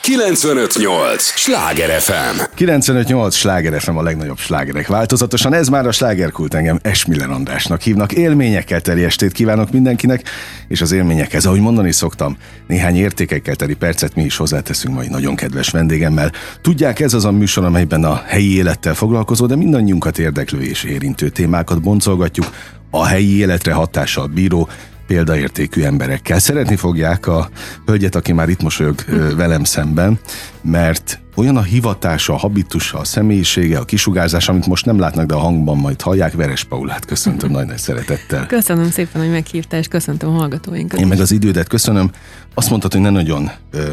95.8 Sláger FM. 95.8 Sláger FM, a legnagyobb slágerek változatosan. Ez már a Slágerkult, engem Esmiller Andrásnak hívnak. Élményekkel teli estét kívánok mindenkinek, és az élményekhez, ahogy mondani szoktam, néhány értékekkel teli percet mi is hozzáteszünk mai nagyon kedves vendégemmel. Tudják, ez az a műsor, amelyben a helyi élettel foglalkozó, de mindannyiunkat érdeklő és érintő témákat boncolgatjuk, a helyi életre hatással bíró, példaértékű emberekkel. Szeretni fogják a hölgyet, aki már itt mosolyog velem szemben, mert olyan a hivatása, a habitusa, a személyisége, a kisugárzása, amit most nem látnak, de a hangban majd hallják. Veres Paulát köszöntöm nagy szeretettel. Köszönöm szépen, hogy meghívtál, és köszöntöm a hallgatóinkat. Én meg az idődet köszönöm. Azt mondtad, hogy ne nagyon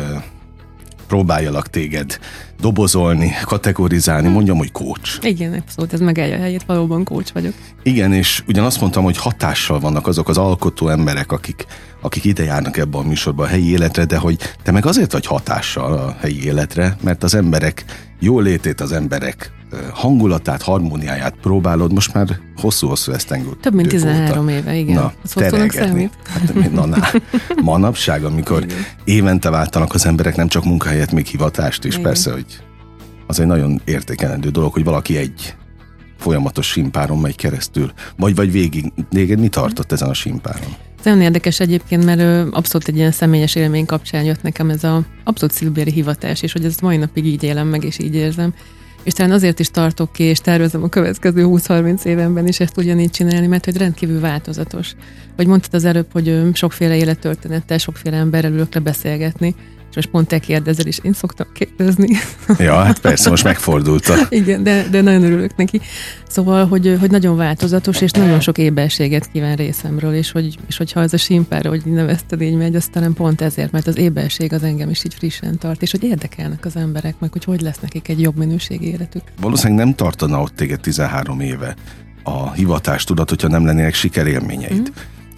próbáljalak téged dobozolni, kategorizálni, mondjam, hogy coach. Igen, abszolút, ez megállja a helyét, valóban coach vagyok. Igen, és ugyanazt mondtam, hogy hatással vannak azok az alkotó emberek, akik ide járnak ebbe a műsorba a helyi életre, de hogy te meg azért vagy hatással a helyi életre, mert az emberek jólétét, az emberek hangulatát, harmóniáját próbálod, most már hosszú-hosszú esztendők. Több mint 13 éve, igen. Na, terelgetni. Hát, manapság, amikor igen, évente váltanak az emberek nem csak munkahelyet, még hivatást is. Igen. Persze, hogy az egy nagyon értékelendő dolog, hogy valaki egy folyamatos simpáron megy keresztül. Vagy végig. Néged mi tartott ezen a simpáron? Ez nagyon érdekes egyébként, mert abszolút egy ilyen személyes élmény kapcsán jött nekem ez az abszolút szívbéli hivatás, és hogy ezt mai napig így élem meg, és így érzem. És talán azért is tartok ki, és tervezem a következő 20-30 évenben is ezt ugyanígy csinálni, mert hogy rendkívül változatos. Vagy mondtad az előbb, hogy sokféle élettörténettel, sokféle emberrel ülök le beszélgetni, és most pont te kérdezel, és én szoktam kérdezni. Ja, hát persze, most megfordult. Igen, de nagyon örülök neki. Szóval, hogy nagyon változatos, és nagyon sok éberséget kíván részemről, és hogyha ez a simpára, hogy nevezted, így megy, az talán pont ezért, mert az éberség az engem is így frissen tart, és hogy érdekelnek az emberek, meg hogy lesz nekik egy jobb minőségi életük. Valószínűleg nem tartana ott téged 13 éve a hivatástudat, hogyha nem lennének sikerélményeid.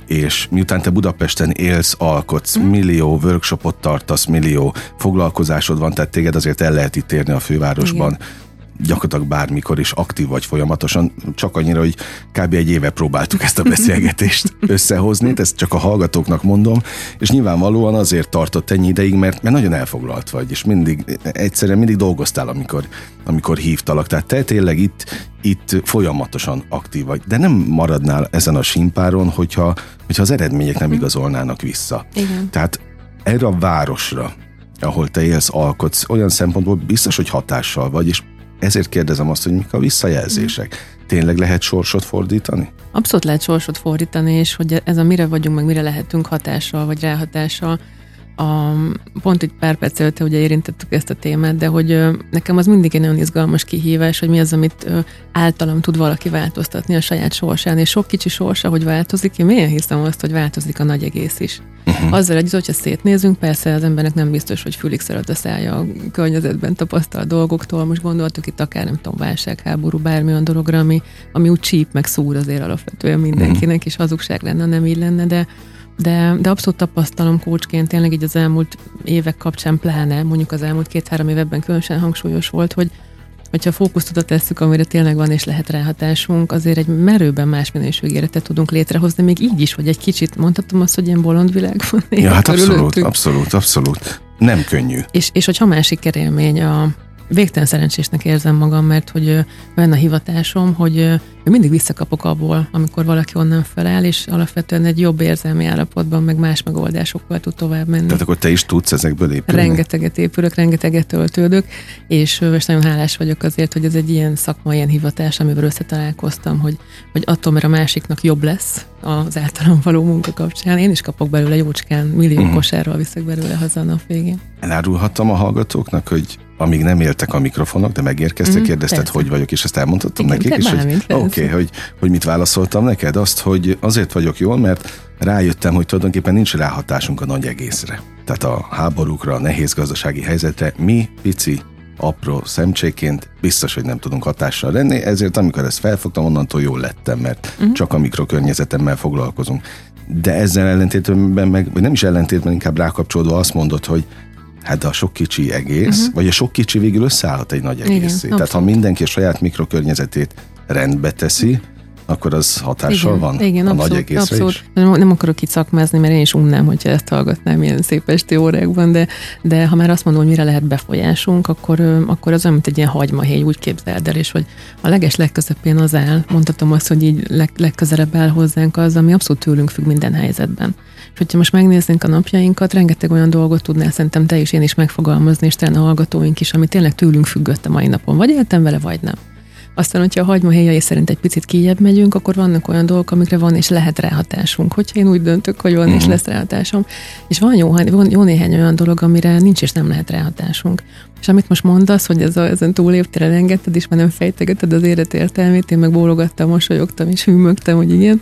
És miután te Budapesten élsz, alkotsz, millió workshopot tartasz, millió foglalkozásod van, tehát téged azért el lehet itt érni a fővárosban. Igen. Gyakorlatilag bármikor is aktív vagy folyamatosan, csak annyira, hogy kb. Egy éve próbáltuk ezt a beszélgetést összehozni, ezt csak a hallgatóknak mondom, és nyilvánvalóan azért tartott ennyi ideig, mert nagyon elfoglalt vagy, és egyszerűen mindig dolgoztál, amikor hívtalak, tehát te tényleg itt folyamatosan aktív vagy, de nem maradnál ezen a simpáron, hogyha az eredmények nem igazolnának vissza. Igen. Tehát erre a városra, ahol te élsz, alkotsz, olyan szempontból biztos, hogy hatással vagy, és ezért kérdezem azt, hogy mik a visszajelzések. Tényleg lehet sorsot fordítani? Abszolút lehet sorsot fordítani, és hogy ez a mire vagyunk, meg mire lehetünk hatással, vagy ráhatással. Pont egy pár perc előtt ugye érintettük ezt a témát, de hogy nekem az mindig egy nagyon izgalmas kihívás, hogy mi az, amit általam tud valaki változtatni a saját sorsán, és sok kicsi sorsa, hogy változik, én mélyen hiszem azt, hogy változik a nagy egész is. Azzal együtt, hogyha szétnézünk, persze az embernek nem biztos, hogy fülig szeret a szája a környezetben tapasztalt dolgoktól, most gondoltuk itt akár, nem tudom, válságháború, bármilyen dologra, ami úgy csíp, meg szúr azért alapvetően mindenkinek, és hazugság lenne, nem így lenne, de abszolút tapasztalom coachként, tényleg így az elmúlt évek kapcsán pláne, mondjuk az elmúlt 2-3 évben különösen hangsúlyos volt, hogyha fókuszt oda tesszük, amire tényleg van és lehet ráhatásunk, azért egy merőben más minőségű életet tudunk létrehozni, még így is, hogy egy kicsit mondhatom azt, hogy ilyen bolond világ van. Ja, hát abszolút. Nem könnyű. És hogyha másik kerélmény, végtelen szerencsésnek érzem magam, mert hogy olyan a hivatásom, hogy mindig visszakapok abból, amikor valaki onnan feláll, és alapvetően egy jobb érzelmi állapotban, meg más megoldásokkal tud tovább menni. Tehát akkor te is tudsz ezekből épülni? Rengeteget épülök, rengeteget töltődök, és nagyon hálás vagyok azért, hogy ez egy ilyen szakma, ilyen hivatás, amivel összetalálkoztam, hogy attól, mert a másiknak jobb lesz az általam való munka kapcsán, én is kapok belőle jócskán, millió kosárral viszek belőle haza a nap végén. Elárulhattam a hallgatóknak, hogy amíg nem éltek a mikrofonok, de megérkeztek, kérdezted, persze, hogy vagyok, és ezt elmondhattam nekik is, hogy mit válaszoltam neked? Azt, hogy azért vagyok jól, mert rájöttem, hogy tulajdonképpen nincs ráhatásunk a nagy egészre. Tehát a háborúkra, a nehéz gazdasági helyzetre mi pici, apró szemcséként biztos, hogy nem tudunk hatással lenni, ezért amikor ezt felfogtam, onnantól jól lettem, mert csak a mikrokörnyezetemmel foglalkozunk. De ezzel ellentétben vagy nem is ellentétben, inkább rákapcsolódva azt mondod, hogy hát a sok kicsi egész, vagy a sok kicsi végül összeállhat egy nagy egészé. Tehát ha mindenki a saját mikrokörnyezetét rendbe teszi, akkor az hatással van igen, a abszolút, nagy egészre abszolút. is? Nem akarok itt szakmázni, mert én is unnám, hogyha ezt hallgatnám ilyen szép esti órákban, de ha már azt mondom, hogy mire lehet befolyásunk, akkor az olyan, mint egy ilyen hagymahéj, úgy képzeld el, és hogy a legközepén az áll, mondhatom azt, hogy így legközelebb áll hozzánk az, ami abszolút tőlünk függ minden helyzetben. És hogyha most megnéznénk a napjainkat, rengeteg olyan dolgot tudnál szerintem te is, én is megfogalmazni, és talán a hallgatóink is, ami tényleg tőlünk függött a mai napon. Vagy éltem vele, vagy nem. Aztán, hogyha a hagymahéjai szerint egy picit kijebb megyünk, akkor vannak olyan dolgok, amikre van és lehet ráhatásunk. Hogyha én úgy döntök, hogy van és lesz ráhatásom. És van jó néhány olyan dolog, amire nincs és nem lehet ráhatásunk. És amit most mondasz, hogy ezen túléptére engedted, és már nem fejtegeted az élet értelmét, én meg bólogattam, mosolyogtam és hűmögtem, hogy igen.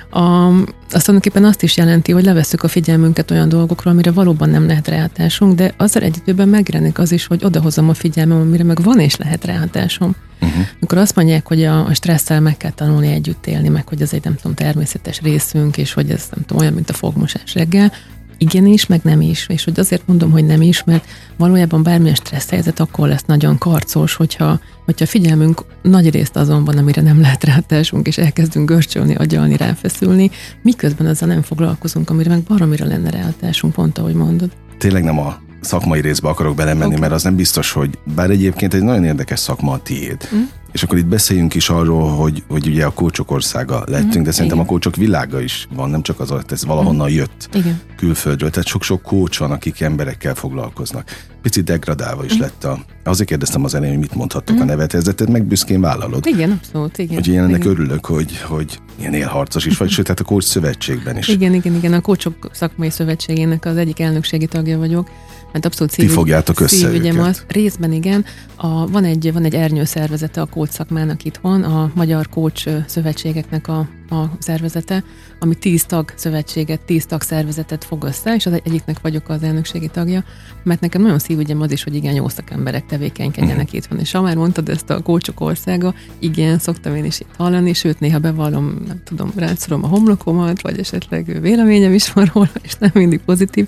Azt tulajdonképpen azt is jelenti, hogy levesszük a figyelmünket olyan dolgokról, amire valóban nem lehet ráhatásunk, de azzal egy időben megjelenik az is, hogy odahozom a figyelmem, amire meg van és lehet ráhatásom. Amikor azt mondják, hogy a stresszel meg kell tanulni együtt élni, meg hogy ez egy nem tudom, természetes részünk, és hogy ez nem tudom, olyan, mint a fogmosás reggel, igenis, meg nem is. És hogy azért mondom, hogy nem is, mert valójában bármilyen stressz helyzet akkor lesz nagyon karcos, hogyha figyelmünk nagy részt azon van, amire nem lehet ráhatásunk, és elkezdünk görcsölni, agyalni, ráfeszülni, miközben ezzel nem foglalkozunk, amire meg baromira lenne ráhatásunk, pont ahogy mondod. Tényleg nem a szakmai részbe akarok belemenni, mert az nem biztos, hogy bár egyébként egy nagyon érdekes szakma a tiéd. És akkor itt beszéljünk is arról, hogy ugye a coachok országa lettünk, de szerintem a coachok világa is van, nem csak az, ez valahonnan jött külföldről. Tehát sok-sok coach van, akik emberekkel foglalkoznak. Picit degradálva is lett azért kérdeztem az elején, hogy mit mondhattok a nevethez, de meg büszkén vállalod. Igen, abszolút, igen. Úgyhogy én ennek örülök, hogy ilyen élharcos is vagy, sőt, tehát a coach szövetségben is. Igen, a coachok szakmai szövetségének az egyik elnökségi tagja vagyok. Mert abszolút ti fogjátok össze őket. Az. Részben igen. Van egy ernyő szervezete a coach szakmának itthon, a Magyar Coach Szövetségeknek a szervezete, ami 10 tagszövetséget, 10 tagszervezetet fog össze, és az egyiknek vagyok az elnökségi tagja, mert nekem nagyon szívügyem az is, hogy igen, jó szakemberek tevékenykedjenek itthon. És ha már mondtad ezt a coachok országa, igen, szoktam én is itt hallani, sőt, néha bevallom, nem tudom, rátszorom a homlokomat, vagy esetleg véleményem is van róla, és nem mindig pozitív,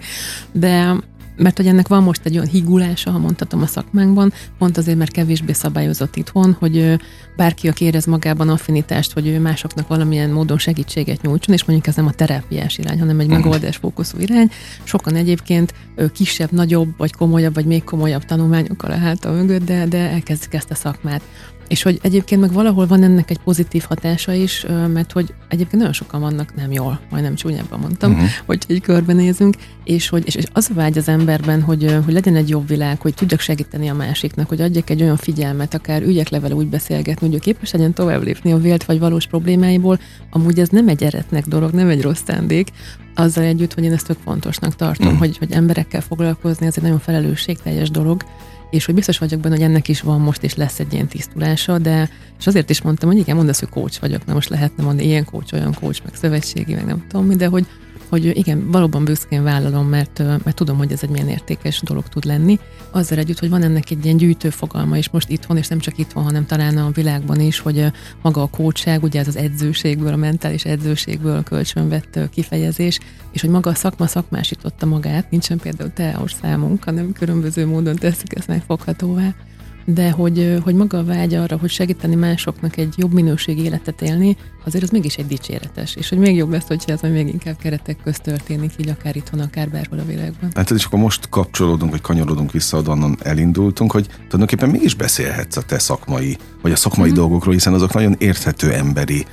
de mert hogy ennek van most egy olyan hígulása, ha mondhatom a szakmánkban, pont azért, mert kevésbé szabályozott itthon, hogy bárki, aki érez magában affinitást, hogy ő másoknak valamilyen módon segítséget nyújtson, és mondjuk ez nem a terápiás irány, hanem egy megoldásfókuszú irány. Sokan egyébként kisebb, nagyobb, vagy komolyabb, vagy még komolyabb tanulmányokkal a háta mögött, de elkezdik ezt a szakmát. És hogy egyébként meg valahol van ennek egy pozitív hatása is, mert hogy egyébként nagyon sokan vannak nem jól, majdnem csúnyábban mondtam, hogy így körbenézünk, és az a vágy az emberben, hogy legyen egy jobb világ, hogy tudjak segíteni a másiknak, hogy adjak egy olyan figyelmet, akár üljek le vele úgy beszélgetni, hogy ő képes legyen tovább lépni a vélt vagy valós problémáiból. Amúgy ez nem egy eretnek dolog, nem egy rossz szándék, azzal együtt, hogy én ezt tök fontosnak tartom, hogy emberekkel foglalkozni, ez egy nagyon felelősségteljes dolog, és hogy biztos vagyok benne, hogy ennek is van most, és lesz egy ilyen tisztulása, de és azért is mondtam, hogy igen, mondasz, hogy coach vagyok, na most lehetne mondani ilyen coach, olyan coach, meg szövetségi, meg nem tudom mi, de hogy igen, valóban büszkén vállalom, mert tudom, hogy ez egy milyen értékes dolog tud lenni. Azzal együtt, hogy van ennek egy ilyen gyűjtő fogalma is most itthon, és nem csak itthon, hanem talán a világban is, hogy maga a coachság, ugye ez az edzőségből, a mentális edzőségből kölcsönvett kifejezés, és hogy maga a szakma szakmásította magát, nincsen például számunk, hanem különböző módon tesszük ezt megfoghatóvá. De hogy maga a vágy arra, hogy segíteni másoknak egy jobb minőségi életet élni, azért az mégis egy dicséretes. És hogy még jobb lesz, hogyha ez még inkább keretek közt történik, így akár itthon, akár bárhol a világban. Hát és akkor most kapcsolódunk, vagy kanyarodunk vissza, onnan elindultunk, hogy tulajdonképpen mégis beszélhetsz a te szakmai, vagy a szakmai dolgokról, hiszen azok nagyon érthető emberi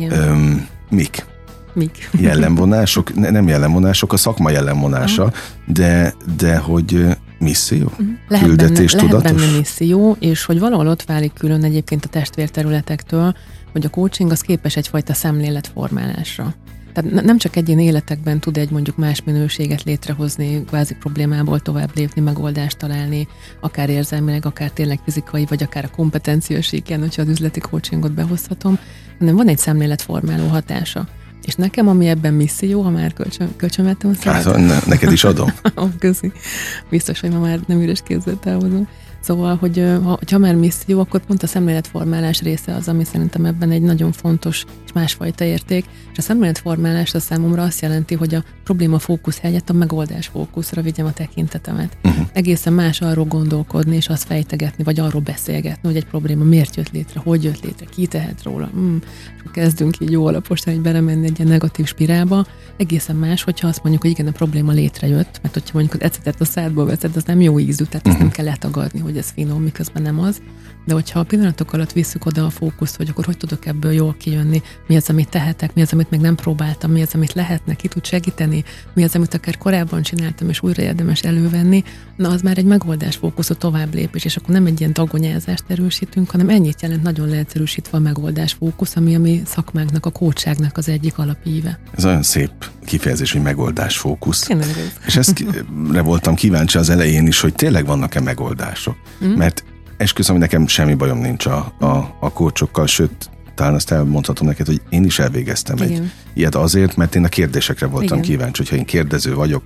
mik? Jellemvonások, nem jellemvonások, a szakma jellemvonása, de hogy misszió? Küldetés, tudatos? Lehet benne misszió, és hogy valahol ott válik külön egyébként a testvérterületektől, hogy a coaching az képes egyfajta szemléletformálásra. Tehát nem csak egyéni életekben tud egy mondjuk más minőséget létrehozni, kvázi problémából tovább lépni, megoldást találni, akár érzelmileg, akár tényleg fizikai, vagy akár a kompetencia síkján, hogyha az üzleti coachingot behozhatom, hanem van egy szemléletformáló hatása. És nekem, ami ebben misszió, ha már kölcsönvettem a neked is adom. Köszi. Biztos, hogy ma már nem üres kézzel távozom. Szóval, ha már misszió, akkor pont a szemléletformálás része az, ami szerintem ebben egy nagyon fontos és másfajta érték. És a szemléletformálás a számomra azt jelenti, hogy a probléma fókusz helyett a megoldás fókuszra vigyem a tekintetemet. Egészen más arról gondolkodni, és azt fejtegetni, vagy arról beszélgetni, hogy egy probléma miért jött létre, hogy jött létre, ki tehet róla. És kezdünk így jó alaposan, hogy belemenni egy ilyen negatív spirálba. Egészen más, hogyha azt mondjuk, hogy igen, a probléma létrejött, mert hogyha mondjuk az ecetet a szádból veszed, az nem jó ízű, tehát ezt nem kell letagadni, hogy ez finom, miközben nem az. De hogyha a pillanatok alatt visszük oda a fókuszt, hogy akkor hogy tudok ebből jól kijönni, mi az, amit tehetek, mi az, amit még nem próbáltam, mi az, amit lehetne, ki tud segíteni, mi az, amit akár korábban csináltam, és újra érdemes elővenni, na az már egy megoldás fókuszú tovább lépés, és akkor nem egy ilyen dagonyázást erősítünk, hanem ennyit jelent nagyon leegyszerűsítve a megoldás fókusz, ami a mi szakmánknak, a coachságnak az egyik alapíve. Ez olyan szép kifejezés, hogy megoldás fókusz. Tényleg. És ezt voltam kíváncsi az elején is, hogy tényleg vannak-e megoldások. Mert esküszöm, hogy nekem semmi bajom nincs a coachokkal, sőt, talán azt elmondhatom neked, hogy én is elvégeztem egy ilyet azért, mert én a kérdésekre voltam kíváncsi, hogyha én kérdező vagyok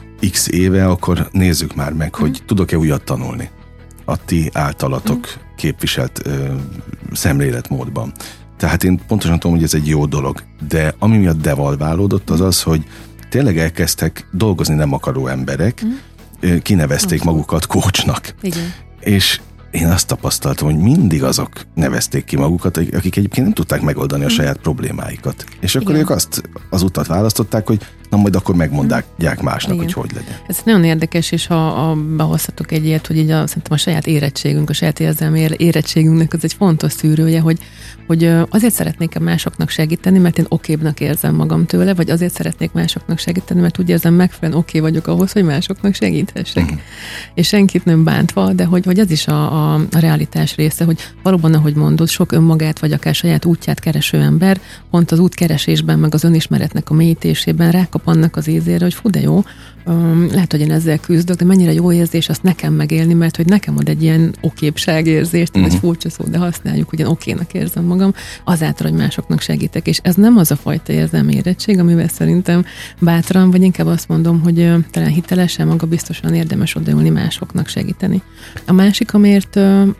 x éve, akkor nézzük már meg, hogy tudok-e újat tanulni a ti általatok képviselt szemléletmódban. Tehát én pontosan tudom, hogy ez egy jó dolog, de ami miatt devalválódott, az az, hogy tényleg elkezdtek dolgozni nem akaró emberek, kinevezték magukat coachnak. Igen. És én azt tapasztaltam, hogy mindig azok nevezték ki magukat, akik egyébként nem tudták megoldani a saját problémáikat. És akkor ők azt az utat választották, hogy na majd akkor megmondják másnak, hogy legyen. Ez nagyon érdekes, és ha behozhatok egy ilyet, hogy így szerintem a saját érettségünk, a saját érzelmi érettségünknek az egy fontos szűrője, hogy azért szeretnék másoknak segíteni, mert én okébbnak érzem magam tőle, vagy azért szeretnék másoknak segíteni, mert úgy érzem megfelelően oké vagyok ahhoz, hogy másoknak segíthessek. És senkit nem bántva, de hogy ez is a realitás része, hogy valóban, ahogy mondod, sok önmagát, vagy akár saját útját kereső ember, pont az útkeresésben, meg az önismeretnek a mélyítésében rákap annak az ízére, hogy fú, de jó, lehet, hogy én ezzel küzdök, de mennyire jó érzés azt nekem megélni, mert hogy nekem ad egy ilyen oképságérzést, ez egy furcsa szó, de használjuk, hogy én okénak érzem magam, azáltal, hogy másoknak segítek. És ez nem az a fajta érzelmi érettség, amivel szerintem bátran, vagy inkább azt mondom, hogy talán hitelesen, magabiztosan érdemes odaülni másoknak segíteni. A másik, amiért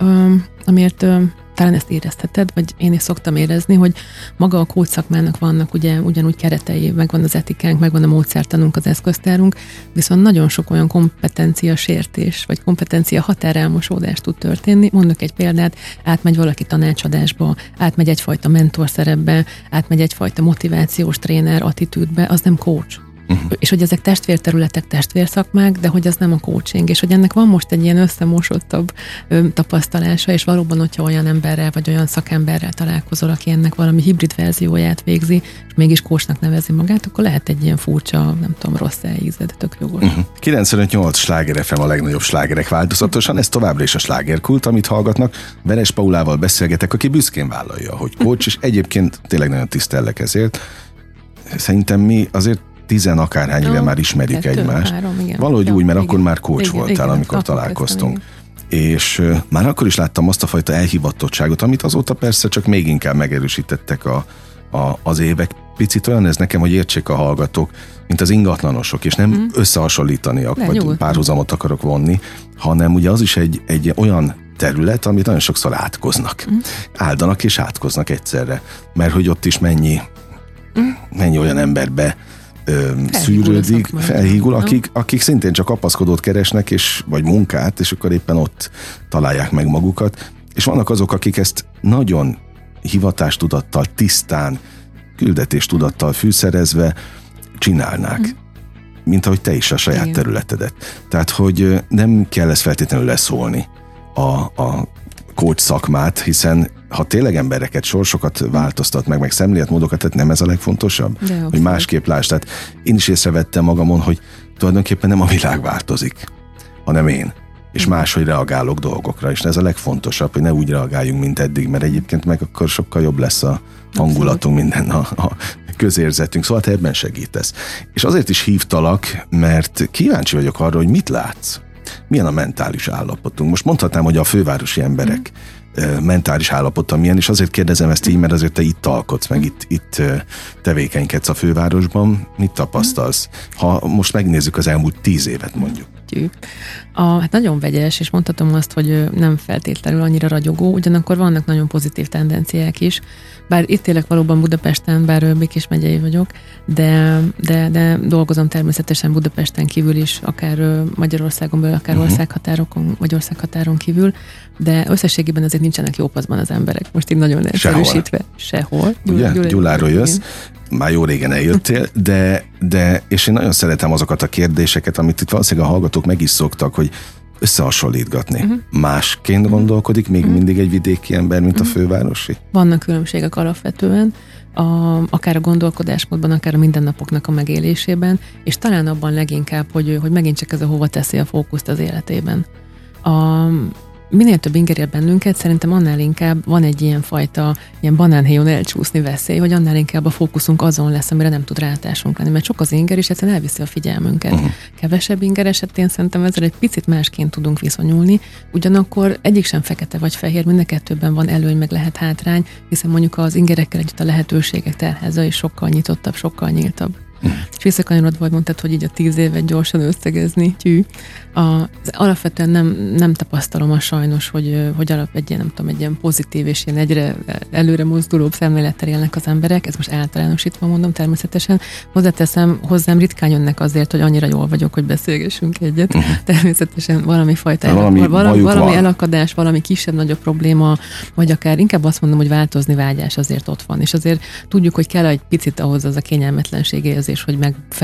talán ezt érezheted, vagy én is szoktam érezni, hogy maga a coach szakmának vannak ugyanúgy keretei, megvan az etikánk, megvan a módszertanunk, az eszköztárunk, viszont nagyon sok olyan kompetencia sértés, vagy kompetencia határelmosódás tud történni. Mondok egy példát, átmegy valaki tanácsadásba, átmegy egyfajta mentor szerepbe, átmegy egyfajta motivációs tréner attitűdbe, az nem coach. És hogy ezek testvérterületek, testvérszakmák, de hogy az nem a coaching, és hogy ennek van most egy ilyen összemosottabb tapasztalása, és valóban, hogyha olyan emberrel, vagy olyan szakemberrel találkozol, aki ennek valami hibrid verzióját végzi, és mégis coachnak nevezi magát, akkor lehet egy ilyen furcsa, nem tudom, rossz elhízed, tök jogos. 95.8 Sláger FM a legnagyobb slágerek változatosan, ez továbbra is a slágerkult, amit hallgatnak. Veres Paulával beszélgetek, aki büszkén vállalja, hogy coach, és egyébként tényleg nagyon tisztellek ezért. Szerintem mi azért 10 akárhány éve már ismerjük egymást. 3, valahogy úgy, mert akkor már coach voltál, amikor találkoztunk. És már akkor is láttam azt a fajta elhivatottságot, amit azóta persze csak még inkább megerősítettek az évek. Picit olyan ez nekem, hogy értsék a hallgatók, mint az ingatlanosok, és nem összehasonlítani, vagy párhuzamot akarok vonni, hanem ugye az is egy olyan terület, amit nagyon sokszor átkoznak. Áldanak és átkoznak egyszerre. Mert hogy ott is mennyi olyan emberbe szűrődik, felhígul, akik szintén csak kapaszkodót keresnek, vagy munkát, és akkor éppen ott találják meg magukat. És vannak azok, akik ezt nagyon hivatástudattal, tisztán, küldetéstudattal fűszerezve csinálnák. Mint ahogy te is a saját területedet. Tehát, hogy nem kell ezt feltétlenül leszólni a coach szakmát, hiszen ha tényleg embereket, sorsokat változtat meg szemléletmódokat, tehát nem ez a legfontosabb? Hogy másképp lásd. Tehát én is észrevettem magamon, hogy tulajdonképpen nem a világ változik, hanem én. És máshogy reagálok dolgokra, és ez a legfontosabb, hogy ne úgy reagáljunk, mint eddig, mert egyébként meg akkor sokkal jobb lesz a hangulatunk, minden a közérzetünk, szóval te ebben segítesz. És azért is hívtalak, mert kíváncsi vagyok arra, hogy mit látsz. Milyen a mentális állapotunk? Most mondhatnám, hogy a fővárosi emberek mentális állapota milyen, és azért kérdezem ezt így, mert azért te itt alkotsz, meg itt tevékenykedsz a fővárosban. Mit tapasztalsz? Ha most megnézzük az elmúlt 10 évet mondjuk. Hát nagyon vegyes, és mondhatom azt, hogy nem feltétlenül annyira ragyogó, ugyanakkor vannak nagyon pozitív tendenciák is. Bár itt élek valóban Budapesten, bár Békés megyei vagyok, de dolgozom természetesen Budapesten kívül is, akár Magyarországon belül, akár országhatárokon, vagy országhatáron kívül, de összességében azért nincsenek jó paszban az emberek. Most így nagyon egyszerűsítve. Sehol. Ugye? Gyuláról jössz. Már jó régen eljöttél, de és én nagyon szeretem azokat a kérdéseket, amit itt valószínűleg a hallgatók meg is szoktak, hogy összehasonlítgatni. Másként gondolkodik még mindig egy vidéki ember, mint a fővárosi? Vannak különbségek alapvetően, akár a gondolkodásmódban, akár a mindennapoknak a megélésében, és talán abban leginkább, hogy megint csak ez a hova teszi a fókuszt az életében. Minél több inger ér bennünket, szerintem annál inkább van egy ilyen fajta, ilyen banánhéjon elcsúszni veszély, hogy annál inkább a fókuszunk azon lesz, amire nem tud rátásunk lenni, mert sok az inger, és egyszerűen elviszi a figyelmünket. Kevesebb inger esetén szerintem ezzel egy picit másként tudunk viszonyulni, ugyanakkor egyik sem fekete vagy fehér, mind a kettőben van előny, meg lehet hátrány, hiszen mondjuk az ingerekkel együtt a lehetőségek terheze is sokkal nyitottabb, sokkal nyíltabb. És visszakanyarodva, vagy mondtad, hogy így a 10 évet gyorsan összegezni, alapvetően nem tapasztalom azt sajnos, hogy egy ilyen pozitív és ilyen egyre előre mozdulóbb szemlélettel élnek az emberek, ez most általánosítva mondom természetesen. Hozzáteszem, hozzám ritkán jönnek azért, hogy annyira jól vagyok, hogy beszélgessünk egyet. Természetesen valami fajta valami elakadás, valami kisebb-nagyobb probléma, vagy akár inkább azt mondom, hogy változni vágyás azért ott van. És azért tudjuk, hogy kell egy picit ahhoz az a kényelmetlenség érzés, hogy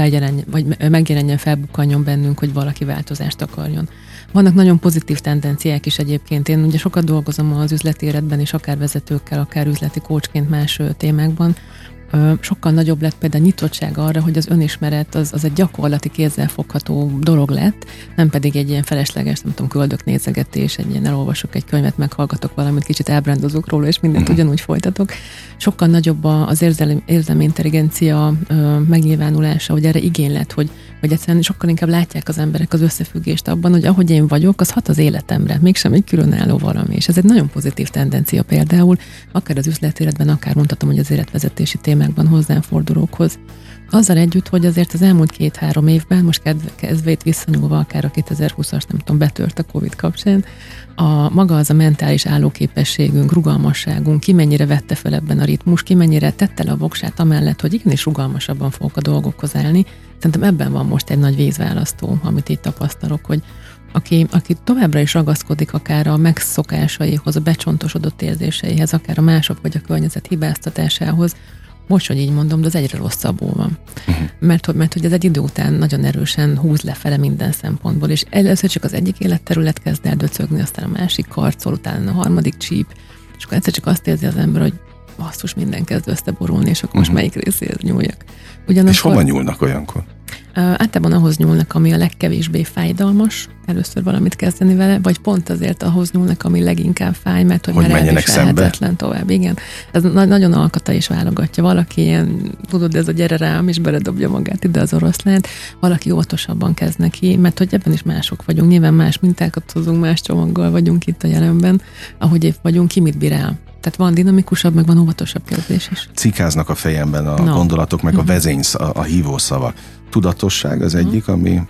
megjelenjen, felbukkanjon bennünk, hogy valaki változást akarjon. Vannak nagyon pozitív tendenciák is egyébként. Én ugye sokat dolgozom az üzleti életben, és akár vezetőkkel, akár üzleti coachként más témákban. Sokkal nagyobb lett például a nyitottság arra, hogy az önismeret az egy gyakorlati kézzelfogható dolog lett, nem pedig egy ilyen felesleges, nem tudom, köldök nézegetés, egy ilyen elolvasok egy könyvet, meghallgatok valamit, kicsit ábrándozok róla, és mindent ugyanúgy folytatok. Sokkal nagyobb az érzelmi intelligencia megnyilvánulása, hogy erre igénylet, hogy egyszerűen sokkal inkább látják az emberek az összefüggést abban, hogy ahogy én vagyok, az hat az életemre, mégsem egy különálló valami. És ez egy nagyon pozitív tendencia például, akár az üzleti életben, akár mondhatom, hogy az életvezetési témákban hozzám fordulókhoz. Azzal együtt, hogy azért az elmúlt 2-3 évben, most kezdvét visszanyúlva, akár a 2020-as, nem tudom, betört a Covid kapcsán, maga az a mentális állóképességünk, rugalmasságunk, ki mennyire vette fel ebben a ritmus, ki mennyire tette le a voksát amellett, hogy igenis rugalmasabban fogok a dolgokhoz állni. Szerintem ebben van most egy nagy vízválasztó, amit itt tapasztalok, hogy aki továbbra is ragaszkodik akár a megszokásaihoz, a becsontosodott érzéseihez, akár a mások vagy a környezet hibáztatásához, most, hogy így mondom, de az egyre rosszabbul van. Mert hogy ez egy idő után nagyon erősen húz lefele minden szempontból, és először csak az egyik életterület kezd el döcögni, aztán a másik karcol, utána a harmadik csíp, és akkor egyszer csak azt érzi az ember, hogy basszus, minden kezd összeborulni, és akkor most melyik részéhez nyúljak. És hova nyúlnak olyankor? Általában ahhoz nyúlnak, ami a legkevésbé fájdalmas, először valamit kezdeni vele, vagy pont azért ahhoz nyúlnak, ami leginkább fáj, mert hogy már elviselhetetlen tovább. Igen. Ez nagyon alkata és válogatja. Valaki ilyen, tudod, ez a gyere rám, és beledobja magát ide az oroszlánt, valaki óvatosabban kezd neki, mert hogy ebben is mások vagyunk. Nyilván más mintákat hozunk, más csomaggal vagyunk itt a jelenben, ahogy épp vagyunk, ki mit bírál. Tehát van dinamikusabb, meg van óvatosabb kezdés is. Cikáznak a fejemben a gondolatok, meg a vezénysz, a hívószavak. Tudatosság az egyik, ami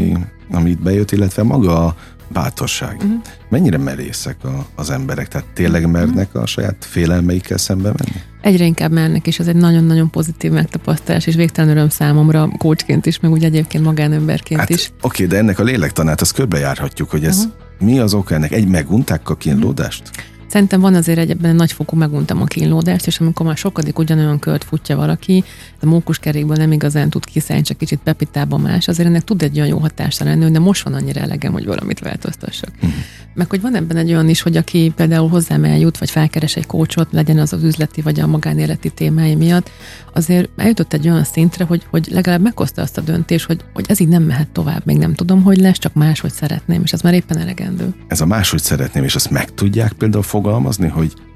itt bejött, illetve maga a bátorság. Mennyire merészek az emberek? Tehát tényleg mernek a saját félelmeikkel szembe menni? Egyre inkább mernek, és ez egy nagyon-nagyon pozitív megtapasztalás, és végtelen öröm számomra coachként is, meg úgy egyébként magánemberként is. Oké, de ennek a lélektanát azt körbejárhatjuk, hogy ez mi az oka ennek? Megunták a kínlódást? Szerintem van azért egyben nagyfokú meguntam a kínlódást, és amikor már sokadik ugyanolyan kört futja valaki, a mókuskerékből nem igazán tud kiszállni, csak kicsit pepitában más, azért ennek tud egy olyan jó hatása lenni, hogy de most van annyira elegem, hogy valamit változtassak. Meg hogy van ebben egy olyan is, hogy aki például hozzám eljut, vagy felkeres egy coachot, legyen az üzleti vagy a magánéleti témái miatt, azért eljutott egy olyan szintre, hogy legalább meghozta azt a döntést, hogy ez így nem mehet tovább, még nem tudom, hogy lesz, csak máshogy szeretném, és ez már éppen elegendő. Ez a máshogy szeretném, és azt meg tudják például fogalmazni, hogy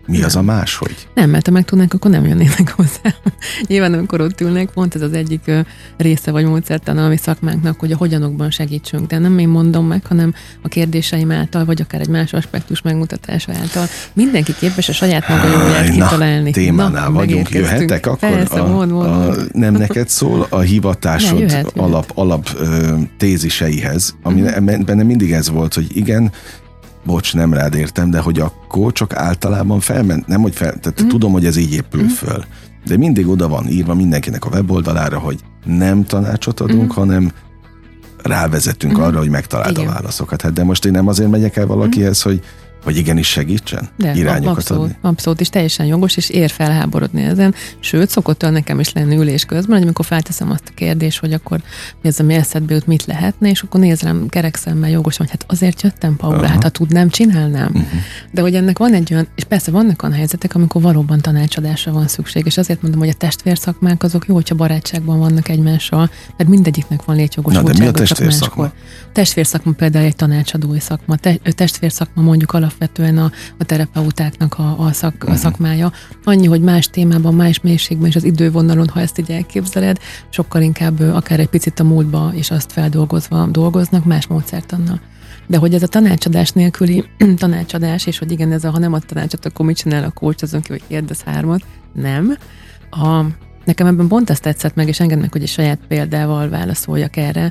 Mi az a máshogy? Nem, mert ha meg tudnánk, akkor nem jönnének hozzá. Nyilván, amikor ott ülnek, pont ez az egyik része vagy módszertan a mi szakmánknak, hogy a hogyanokban segítsünk. De nem én mondom meg, hanem a kérdéseim által, vagy akár egy más aspektus megmutatása által. Mindenki képes a saját maga jóját kitalálni. Témánál vagyunk, jöhetek akkor? Persze, mond. Nem neked szól a hivatásod alap téziseihez, ami benne mindig ez volt, hogy igen, bocs, nem rád értem, de hogy akkor csak általában felment, nem hogy tehát tudom, hogy ez így épül föl, de mindig oda van írva mindenkinek a weboldalára, hogy nem tanácsot adunk, hanem rávezetünk arra, hogy megtaláld a válaszokat. Hát de most én nem azért megyek el valakihez, hogy igenis segítsen? De, irányokat adni? Abszolút, és teljesen jogos, és ér felháborodni ezen. Sőt, szokott olyan nekem is lenni ülés közben, hogy amikor felteszem azt a kérdést, hogy akkor mi az, ami eszedbe jut, mit lehetne, és akkor nézem kerek szemmel jogosan, hogy hát azért jöttem, Paula, hát ha tudnám, csinálnám. De hogy ennek van egy olyan, és persze vannak olyan helyzetek, amikor valóban tanácsadásra van szükség, és azért mondom, hogy a testvérszakmák azok jó, hogyha barátságban vannak egymással, mert mindegyiknek van létjogosultsága. Na, de mi a testvérszakma? Testvérszakma például egy tanácsadói szakma. Testvérszakma mondjuk alapvetően a terapeutáknak a szakmája. Annyi, hogy más témában, más mélységben és az idővonalon, ha ezt így elképzeled, sokkal inkább akár egy picit a múltba és azt feldolgozva dolgoznak más módszertannal. De hogy ez a tanácsadás nélküli tanácsadás, és hogy igen, ez ha nem ad tanácsot, akkor mit csinál a coach, azon ki, hogy kérdez 3, nem. Nekem ebben pont ezt tetszett meg, és engedd meg, hogy egy saját példával válaszoljak erre.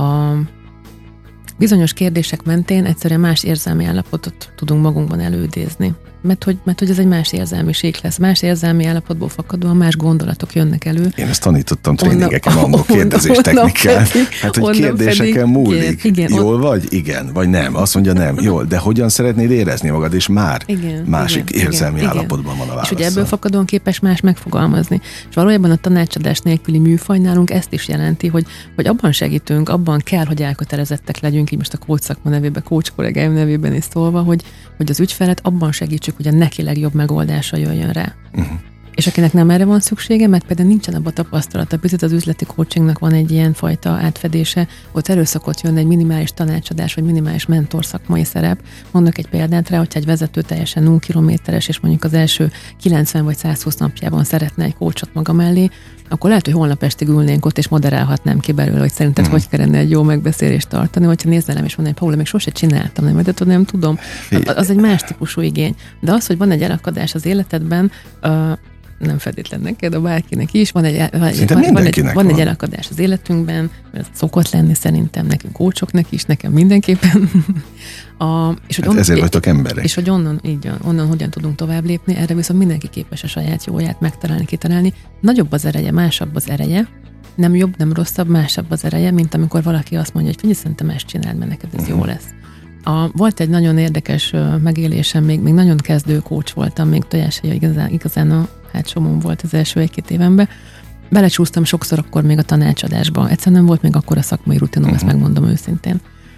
Bizonyos kérdések mentén egyszerűen más érzelmi állapotot tudunk magunkban előidézni. Mert hogy ez egy más érzelmiség lesz. Más érzelmi állapotból fakadóan más gondolatok jönnek elő. Én ezt tanítottam tréningeken, angol kérdezés technikán. Hát, hogy kérdéseken múlik. Igen, jól vagy? Igen. Vagy nem. Azt mondja nem. Jól. De hogyan szeretnéd érezni magad? És már másik érzelmi állapotban van a válasz. És ugye ebből fakadóan képes más megfogalmazni. És valójában a tanácsadás nélküli műfaj nálunk ezt is jelenti, hogy abban segítünk, abban kell, hogy elkötelezettek legyünk, így most a coach szakma nevében, coach kollégáim nevében is szólva, hogy az ügyfelet abban segítsük, hogy a neki legjobb megoldása jöjjön rá. És akinek nem erre van szüksége, mert például nincsen abban tapasztalata, picit az üzleti coachingnak van egy ilyen fajta átfedése, ott elő szokott jönni egy minimális tanácsadás, vagy minimális mentor szakmai szerep. Mondok egy példát rá, hogyha egy vezető teljesen 0 kilométeres, és mondjuk az első 90 vagy 120 napjában szeretne egy coachot maga mellé, akkor lehet, hogy holnap estig ülnénk ott, és moderálhatnám ki belőle, hogy szerinted hogy kellene egy jó megbeszélést tartani, hogyha néznelem, és mondanám, Paula, még sose csináltam, nem tudom. Az egy más típusú igény. De az, hogy van egy elakadás az életedben, nem feltétlen neked, a bárkinek is, van egy elakadás az életünkben, mert ez szokott lenni szerintem, nekünk coachoknak is, nekem mindenképpen. És hogy ezért vagytok emberek. És hogy onnan hogyan tudunk tovább lépni, erre viszont mindenki képes a saját jóját megtalálni, kitalálni. Nagyobb az ereje, másabb az ereje, nem jobb, nem rosszabb, másabb az ereje, mint amikor valaki azt mondja, hogy figyelj, szerintem ezt csináld, mert neked ez jó lesz. Volt egy nagyon érdekes megélésem, még nagyon kezdő coach voltam, még tojáshelye igazán a hátsomon volt az első 1-2 évenben. Belecsúsztam sokszor akkor még a tanácsadásba. Egyszerűen nem volt még akkor a szakmai rutinom, ezt megmondom őszintén.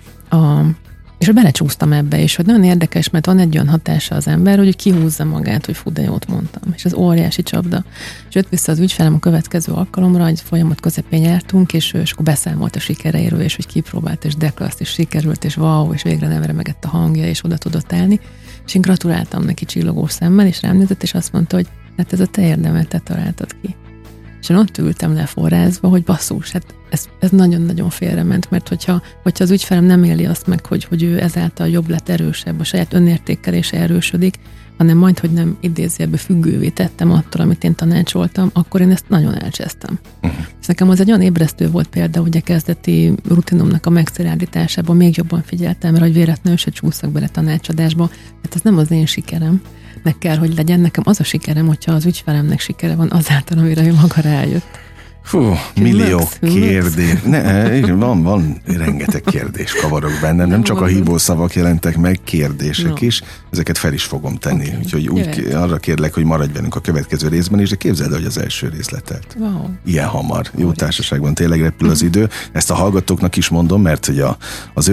És belecsúsztam ebbe, és hogy nagyon érdekes, mert van egy olyan hatása az ember, hogy kihúzza magát, hogy fú, de jót mondtam. És ez óriási csapda. És jött vissza az ügyfelem a következő alkalomra, egy folyamat közepén jártunk, és akkor beszámolt a sikereiről, és hogy kipróbált, és de klassz, és sikerült, és wow, és végre nem remegett a hangja, és oda tudott állni. És én gratuláltam neki csillogós szemmel, és rám nézett, és azt mondta, hogy hát ez a te érdemet, te találtad ki. És én ott ültem leforrázva, hogy basszus, hát ez nagyon-nagyon félrement, mert hogyha az ügyfelem nem éli azt meg, hogy ő ezáltal jobb lett, erősebb, a saját önértékelése erősödik, hanem majd, hogy nem idézőjelbe függővé tettem attól, amit én tanácsoltam, akkor én ezt nagyon elcsesztem. És nekem az egy olyan ébresztő volt például, hogy a kezdeti rutinomnak a megszilárdításában még jobban figyeltem rá, hogy véletlenül se csúszak bele tanácsadásba, mert ez nem az én sikerem. Meg kell, hogy legyen nekem az a sikerem, hogyha az ügyfelemnek sikere van azáltal, amire ő maga rájött. Millió kérdés. Van rengeteg kérdés kavarok bennem, nem csak a hívószavak jelentek meg, kérdések is, ezeket fel is fogom tenni. Úgyhogy arra kérlek, hogy maradj velünk a következő részben is, de képzeld el, hogy az első rész letelt. Ilyen hamar. Jó társaságban tényleg repül az idő. Ezt a hallgatóknak is mondom, mert hogy az ő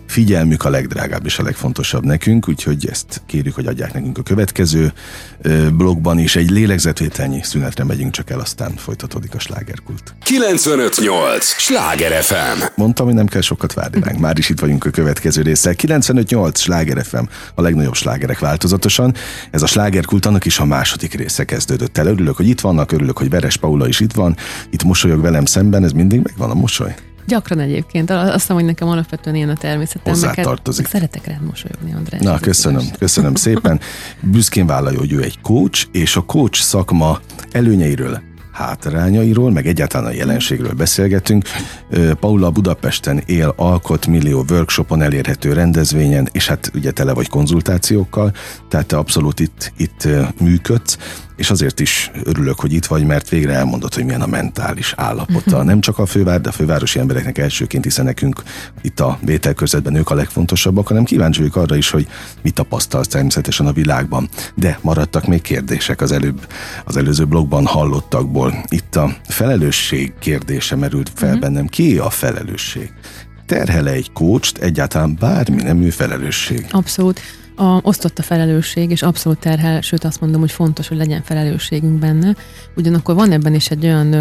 figyelmük a legdrágább és a legfontosabb nekünk, úgyhogy ezt kérjük, hogy adják nekünk a következő blogban is. Egy lélegzetvételnyi szünetre megyünk csak el, aztán folytatódik a slágerkult. 95.8 Sláger FM. Mondtam, hogy nem kell sokat várni ránk. Már is itt vagyunk a következő résszel. 95.8 Sláger FM, a legnagyobb slágerek változatosan. Ez a slágerkult, annak is a második része kezdődött el. Örülök, hogy itt vannak, örülök, hogy Veres Paula is itt van. Itt mosolyog velem szemben, ez mindig megvan a mosoly? Gyakran egyébként. Azt hiszem, hogy nekem alapvetően ilyen a természetem. Hozzátartozik. Szeretek rád mosolyogni, András. Na, köszönöm szépen. Büszkén vállalja, hogy ő egy coach, és a coach szakma előnyeiről, hátrányairól, meg egyáltalán a jelenségről beszélgetünk. Paula Budapesten él, alkot, millió workshopon, elérhető rendezvényen, és hát ugye tele vagy konzultációkkal, tehát te abszolút itt működsz, és azért is örülök, hogy itt vagy, mert végre elmondod, hogy milyen a mentális állapota. Nem csak a fővár, de a fővárosi embereknek elsőként, hiszen nekünk itt a vételkörzetben ők a legfontosabbak, hanem kíváncsi vagyok arra is, hogy mit tapasztalsz természetesen a világban. De maradtak még kérdések az előző blogban hallottakból. Itt a felelősség kérdése merült fel bennem. Ki a felelősség? Terhel-e egy coacht egyáltalán bármi nemű felelősség? Abszolút. Osztott a felelősség, és abszolút terhel, sőt azt mondom, hogy fontos, hogy legyen felelősségünk benne. Ugyanakkor van ebben is egy olyan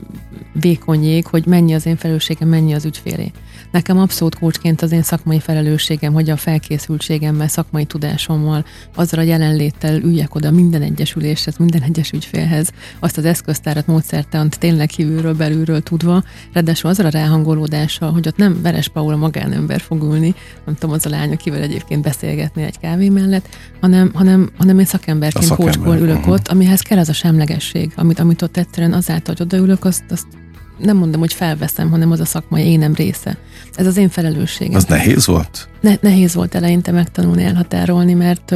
vékony jég, hogy mennyi az én felelősségem, mennyi az ügyfélé. Nekem abszolút coachként az én szakmai felelősségem, hogy a felkészültségemmel, szakmai tudásommal, azzal a jelenléttel üljek oda minden egyes üléshez, minden egyes ügyfélhez, azt az eszköztárat, módszertant tényleg kívülről, belülről tudva, ráadásul azzal a ráhangolódással, hogy ott nem Veres Paula magánember fog ülni, nem tudom, az a lány, akivel egyébként beszélgetni egy kávé mellett, hanem én szakemberként coachból ülök ott, amihez kell az a semlegesség, amit ott egyszerűen azáltal, hogy odaülök, azt nem mondom, hogy felveszem, hanem az a szakmai énem része. Ez az én felelősségem. Az nehéz volt? Nehéz volt eleinte megtanulni, elhatárolni, mert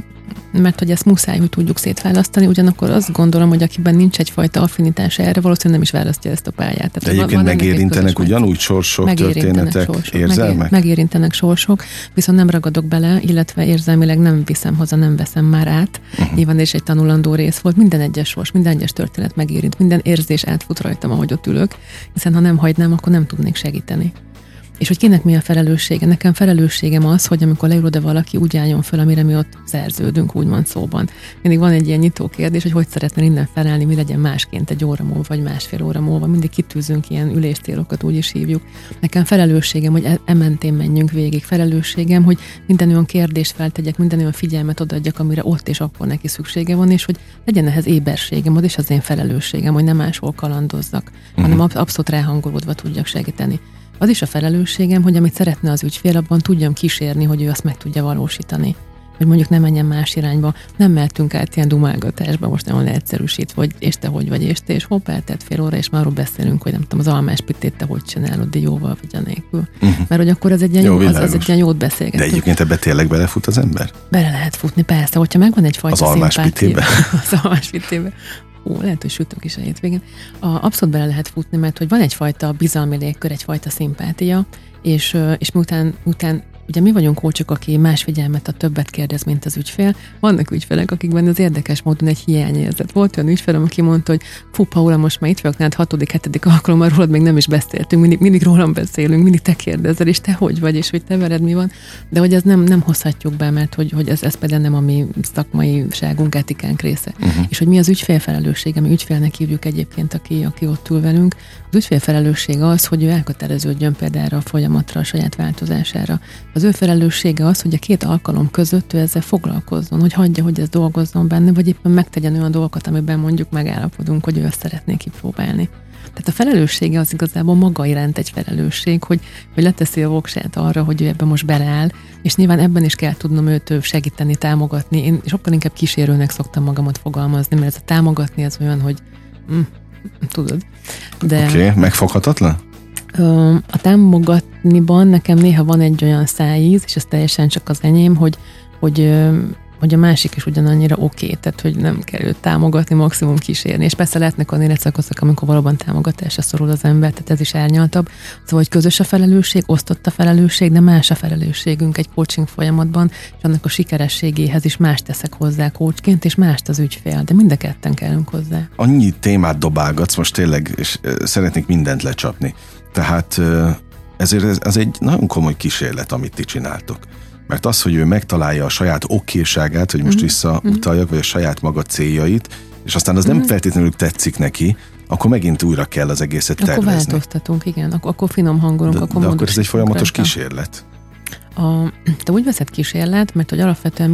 hogy ezt muszáj, hogy tudjuk szétválasztani, ugyanakkor azt gondolom, hogy akiben nincs egyfajta affinitás erre, valószínűleg nem is választja ezt a pályát. De egyébként megérintenek ugyanúgy sorsok, történetek, érzelmek? Megérintenek sorsok, viszont nem ragadok bele, illetve érzelmileg nem viszem haza, nem veszem már át. Nyilván is egy tanulandó rész volt. Minden egyes sors, minden egyes történet megérint, minden érzés átfut rajtam, ahogy ott ülök, hiszen ha nem hagynám, akkor nem tudnék segíteni. És hogy kinek mi a felelőssége? Nekem felelősségem az, hogy amikor leül oda valaki, úgy álljon fel, amire mi ott szerződünk, úgymond szóban. Mindig van egy ilyen nyitó kérdés, hogy szeretne innen felállni, mi legyen másként egy óra múlva, vagy másfél óra múlva. Mindig kitűzünk ilyen üléscélokat, úgy is hívjuk. Nekem felelősségem, hogy mentén menjünk végig. Felelősségem, hogy minden olyan kérdést feltegyek, minden olyan figyelmet odaadjak, amire ott és akkor neki szüksége van, és hogy legyen ehhez éberségem, az is az én felelősségem, hogy nem máshol kalandozzak, hanem abszolút ráhangolódva tudjak segíteni. Az is a felelősségem, hogy amit szeretne az ügyfél, abban tudjam kísérni, hogy ő azt meg tudja valósítani. Hogy mondjuk nem menjen más irányba, nem mehetünk át ilyen dumálgatásba, most nagyon leegyszerűsít, hogy és te hogy vagy, és te, és hopp, eltelt fél óra, és már arról beszélünk, hogy nem tudom, az almáspitét te hogy csinálod, dióval vagy a nélkül. Mert hogy akkor az egy ilyen, az egy ilyen jót beszélgetünk. De egyébként ebbe tényleg belefut az ember? Bele lehet futni, persze, hogyha megvan egyfajta az almáspitébe. Az almáspitébe. Lehet, hogy sütök is a hétvégén. Abszolút bele lehet futni, mert hogy van egyfajta bizalmi légkör, egyfajta szimpátia, és miután ugye mi vagyunk coachok, aki más figyelmet, a többet kérdez, mint az ügyfél. Vannak ügyfelek, akikben az érdekes módon egy hiányérzet. Volt olyan ügyfelem, aki mondta, hogy fú, Paula, most már itt vagyok nálad 6.-7. alkalommal, rólad még nem is beszéltünk, mindig rólam beszélünk, mindig te kérdezel, és te hogy vagy, és hogy te veled mi van. De hogy ez nem hozhatjuk be, mert hogy ez például nem a mi szakmaiságunk, etikánk része. És hogy mi az ügyfél felelőssége, mi ügyfélnek hívjuk egyébként, aki ott ül velünk. Az ügyfél felelőssége az, hogy ő elköteleződjön például a folyamatra, a saját változására. Az ő felelőssége az, hogy a két alkalom között ő ezzel foglalkozzon, hogy hagyja, hogy ez dolgozzon benne, vagy éppen megtegyen olyan dolgokat, amiben mondjuk megállapodunk, hogy ő ezt szeretné kipróbálni. Tehát a felelőssége az igazából maga iránt egy felelősség, hogy leteszi a voksát arra, hogy ő ebben most beleáll, és nyilván ebben is kell tudnom őt segíteni, támogatni. Én sokkal inkább kísérőnek szoktam magamat fogalmazni, mert ez a támogatni az olyan, hogy tudod. Oké, megfoghatatlan? A támogatniban nekem néha van egy olyan szájíz, és ez teljesen csak az enyém, hogy a másik is ugyanannyira oké, tehát hogy nem kell őt támogatni, maximum kísérni. És persze lehetnek olyan életszakaszok, amikor valóban támogatásra szorul az ember, tehát ez is árnyaltabb. Szóval, hogy közös a felelősség, osztott a felelősség, de más a felelősségünk egy coaching folyamatban, és annak a sikerességéhez is más teszek hozzá coachként, és mást az ügyfél, de mind a ketten kellünk hozzá. Annyi témát dobálgatsz most tényleg, és szeretnék mindent lecsapni. Tehát ezért ez egy nagyon komoly kísérlet, amit ti csináltok. Mert az, hogy ő megtalálja a saját okéságát, hogy most visszautaljak, vagy a saját maga céljait, és aztán az nem feltétlenül tetszik neki, akkor megint újra kell az egészet tervezni. Akkor változtatunk, igen, akkor finom hangolunk. De akkor ez egy folyamatos kísérlet. Te úgy veszed kísérlet, mert hogy alapvetően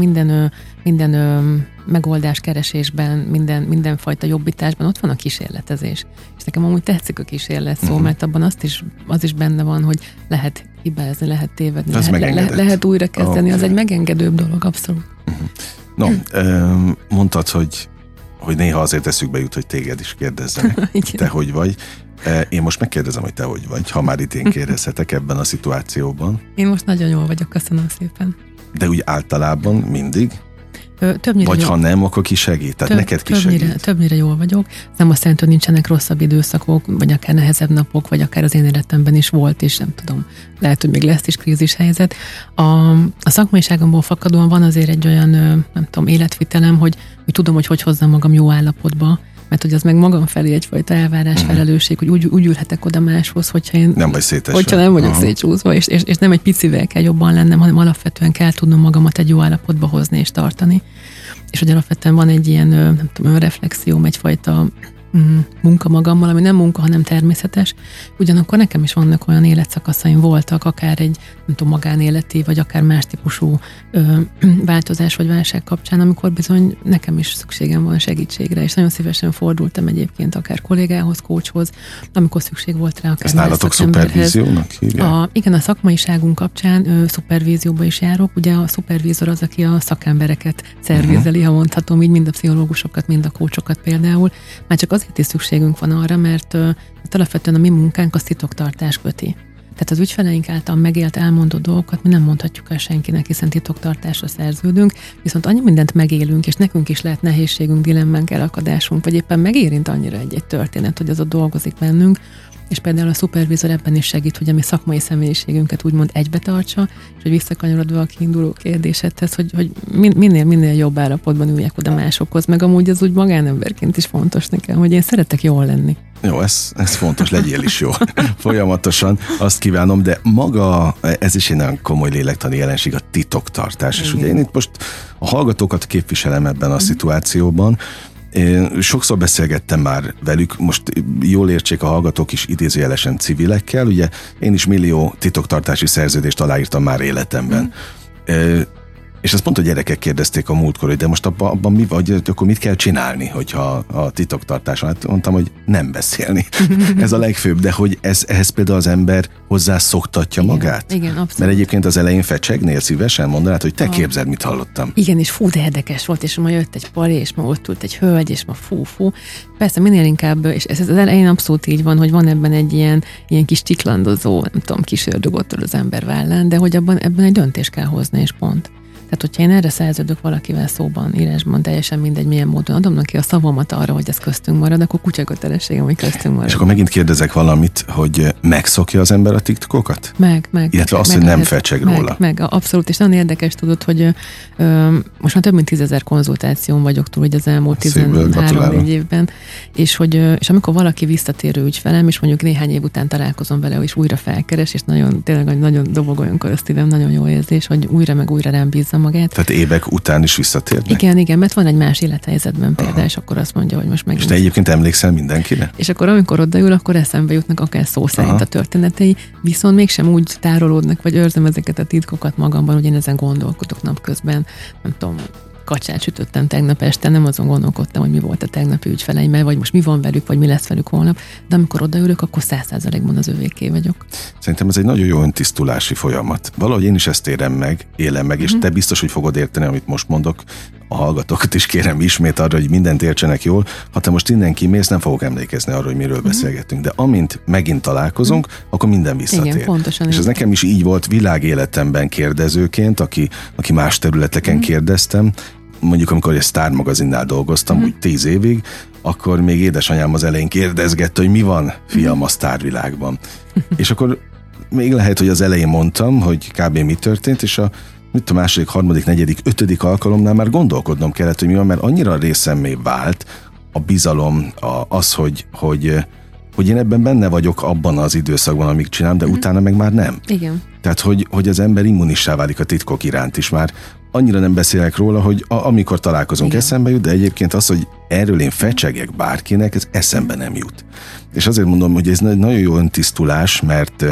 minden megoldás keresésben, mindenfajta jobbításban ott van a kísérletezés. És nekem amúgy tetszik a kísérlet szó, mert abban az is benne van, hogy lehet hibázni, lehet tévedni, lehet újra kezdeni, az egy megengedőbb dolog, abszolút. No, mondtad, hogy néha azért eszükbe jut, hogy téged is kérdezzenek. Te hogy vagy? Én most megkérdezem, hogy te hogy vagy, ha már itt én kérdezhetek ebben a szituációban. Én most nagyon jól vagyok, köszönöm szépen. De úgy általában mindig? Többnyire vagy jól. ha nem, akkor ki segít? Tehát neked ki segít? Többnyire jól vagyok. Nem azt jelenti, hogy nincsenek rosszabb időszakok, vagy akár nehezebb napok, vagy akár az én életemben is volt, és nem tudom, lehet, hogy még lesz is krízis helyzet. A szakmaiságomból fakadóan van azért egy olyan, nem tudom, életvitelem, hogy tudom, hogy hozzam magam jó állapotba, mert hogy az meg magam felé egyfajta elvárás, felelősség, hogy úgy ülhetek oda máshoz, hogyha én nem vagy szétesve. Hogyha nem vagyok szétcsúszva, és nem egy picivel kell jobban lennem, hanem alapvetően kell tudnom magamat egy jó állapotba hozni és tartani. És hogy alapvetően van egy ilyen, nem tudom, reflexióm, egyfajta munka magammal, ami nem munka, hanem természetes. Ugyanakkor nekem is vannak olyan életszakaszaim voltak, akár egy, nem tudom, magánéleti, vagy akár más típusú változás vagy válság kapcsán, amikor bizony nekem is szükségem van segítségre, és nagyon szívesen fordultam egyébként akár kollégához, coachhoz, amikor szükség volt rá, akár ezt nálatok szupervíziónak hívják? Igen, a szakmaiságunk kapcsán szupervízióba is járok. Ugye a szupervízor az, aki a szakembereket szervizeli, ha mondhatom így, mind a pszichológusokat, mind a coachokat például. Már csak azért is szükségünk van arra, mert alapvetően a mi munkánk a titoktartás köti. Tehát az ügyfeleink által megélt, elmondott dolgokat mi nem mondhatjuk el senkinek, hiszen titoktartásra szerződünk, viszont annyi mindent megélünk, és nekünk is lehet nehézségünk, dilemmánk, elakadásunk, vagy éppen megérint annyira egy történet, hogy az ott dolgozik bennünk, és például a szupervízor ebben is segít, hogy a mi szakmai személyiségünket úgymond egybe tartsa, és hogy visszakanyarodva a kiinduló kérdésedhez, hogy minél jobb állapotban üljek oda másokhoz, meg amúgy az úgy magánemberként is fontos nekem, hogy én szeretek jól lenni. Jó, ez fontos, legyél is jó. Folyamatosan azt kívánom, de maga, ez is egy nagyon komoly lélektani jelenség, a titoktartás. És ugye én itt most a hallgatókat képviselem ebben a szituációban. Én sokszor beszélgettem már velük, most jól értsék a hallgatók is idézőjelesen civilekkel, ugye én is millió titoktartási szerződést aláírtam már életemben. És azt pont a gyerekek kérdezték a múltkor, hogy de most abban mi vagy, akkor mit kell csinálni, hogyha a titoktartás, hát mondtam, hogy nem beszélni. Ez a legfőbb, de hogy ehhez például az ember hozzászoktatja magát. Igen, abszolút. Mert egyébként az elején fecsegnél szívesen, mondanád, hogy te képzeld, mit hallottam. Igen, és fú, de érdekes volt, és ma jött egy pari, és ma ott ült egy hölgy, és ma fú. Persze minél inkább, és ez az elején abszolút így van, hogy van ebben egy ilyen kis csiklandozó, nem tudom, kis ördögottól az ember vállán, de hogy ebben egy döntést kell hozni, és pont. Tehát, hogyha én erre szerződök valakivel szóban, írásban, teljesen mindegy, milyen módon adom neki a szavamat arra, hogy ez köztünk marad, akkor kutyakötelességem, hogy köztünk marad. És akkor megint kérdezek valamit, hogy megszokja az ember a TikTokokat? Meg. Illetve azt, hogy nem fecseg róla. Meg, abszolút. És nagyon érdekes, tudod, hogy most már több mint 10 000 konzultáción vagyok túl, hogy az elmúlt 13-4 évben, és amikor valaki visszatérő ügyfelem, és mondjuk néhány év után találkozom vele, és újra felkeres, és tényleg nagyon dobog olyan köröztívem, nagyon jó érzés, hogy újra meg újra rám bízza magát. Tehát évek után is visszatérnek? Igen, mert van egy más élethelyzetben például, és akkor azt mondja, hogy most meg. És te egyébként emlékszel mindenkire? És akkor amikor odaül, akkor eszembe jutnak akár szó szerint a történetei, viszont mégsem úgy tárolódnak, vagy őrzöm ezeket a titkokat magamban, hogy én ezen gondolkodok napközben, nem tudom, kacsát sütöttem tegnap este, nem azon gondolkodtam, hogy mi volt a tegnapi ügyfeleimmel, vagy most mi van velük, vagy mi lesz velük holnap, de amikor odaülök, akkor 100%-ban az övéké vagyok. Szerintem ez egy nagyon jó öntisztulási folyamat. Valahogy én is ezt élem meg, és te biztos, hogy fogod érteni, amit most mondok. A hallgatókat is kérem ismét arra, hogy mindent értsenek jól. Ha te most innen kimész, nem fogok emlékezni arra, hogy miről beszélgetünk, de amint megint találkozunk, akkor minden visszatér. Igen, pontosan. És ez nekem is így volt világéletemben kérdezőként, aki más területeken kérdeztem. Mondjuk, amikor egy Sztár magazinnál dolgoztam, úgy 10 évig, akkor még édesanyám az elején kérdezgette, hogy mi van, fiam, a sztárvilágban. És akkor még lehet, hogy az elején mondtam, hogy kb. Mi történt, és a második, harmadik, negyedik, 5. alkalomnál már gondolkodnom kellett, hogy mi van, mert annyira részemmé vált a bizalom, az, hogy hogy én ebben benne vagyok abban az időszakban, amíg csinálom, de utána meg már nem. Igen. Tehát, hogy az ember immunissá válik a titkok iránt is már. Annyira nem beszélek róla, hogy amikor találkozunk, igen, eszembe jut, de egyébként az, hogy erről én fecsegek bárkinek, ez eszembe nem jut. És azért mondom, hogy ez nagyon jó öntisztulás, mert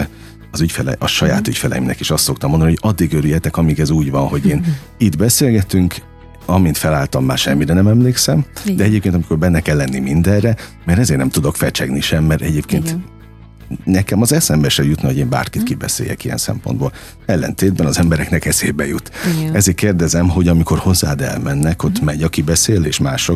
a saját ügyfeleimnek is azt szoktam mondani, hogy addig örüljetek, amíg ez úgy van, hogy én itt beszélgetünk, amint felálltam, már semmire nem emlékszem, igen, de egyébként amikor benne kell lenni mindenre, mert ezért nem tudok fecsegni sem, mert egyébként igen, nekem az eszembe se jutna, hogy én bárkit kibeszéljek ilyen szempontból. Ellentétben az embereknek eszébe jut. Igen. Ezért kérdezem, hogy amikor hozzád elmennek, ott megy a kibeszél, és mások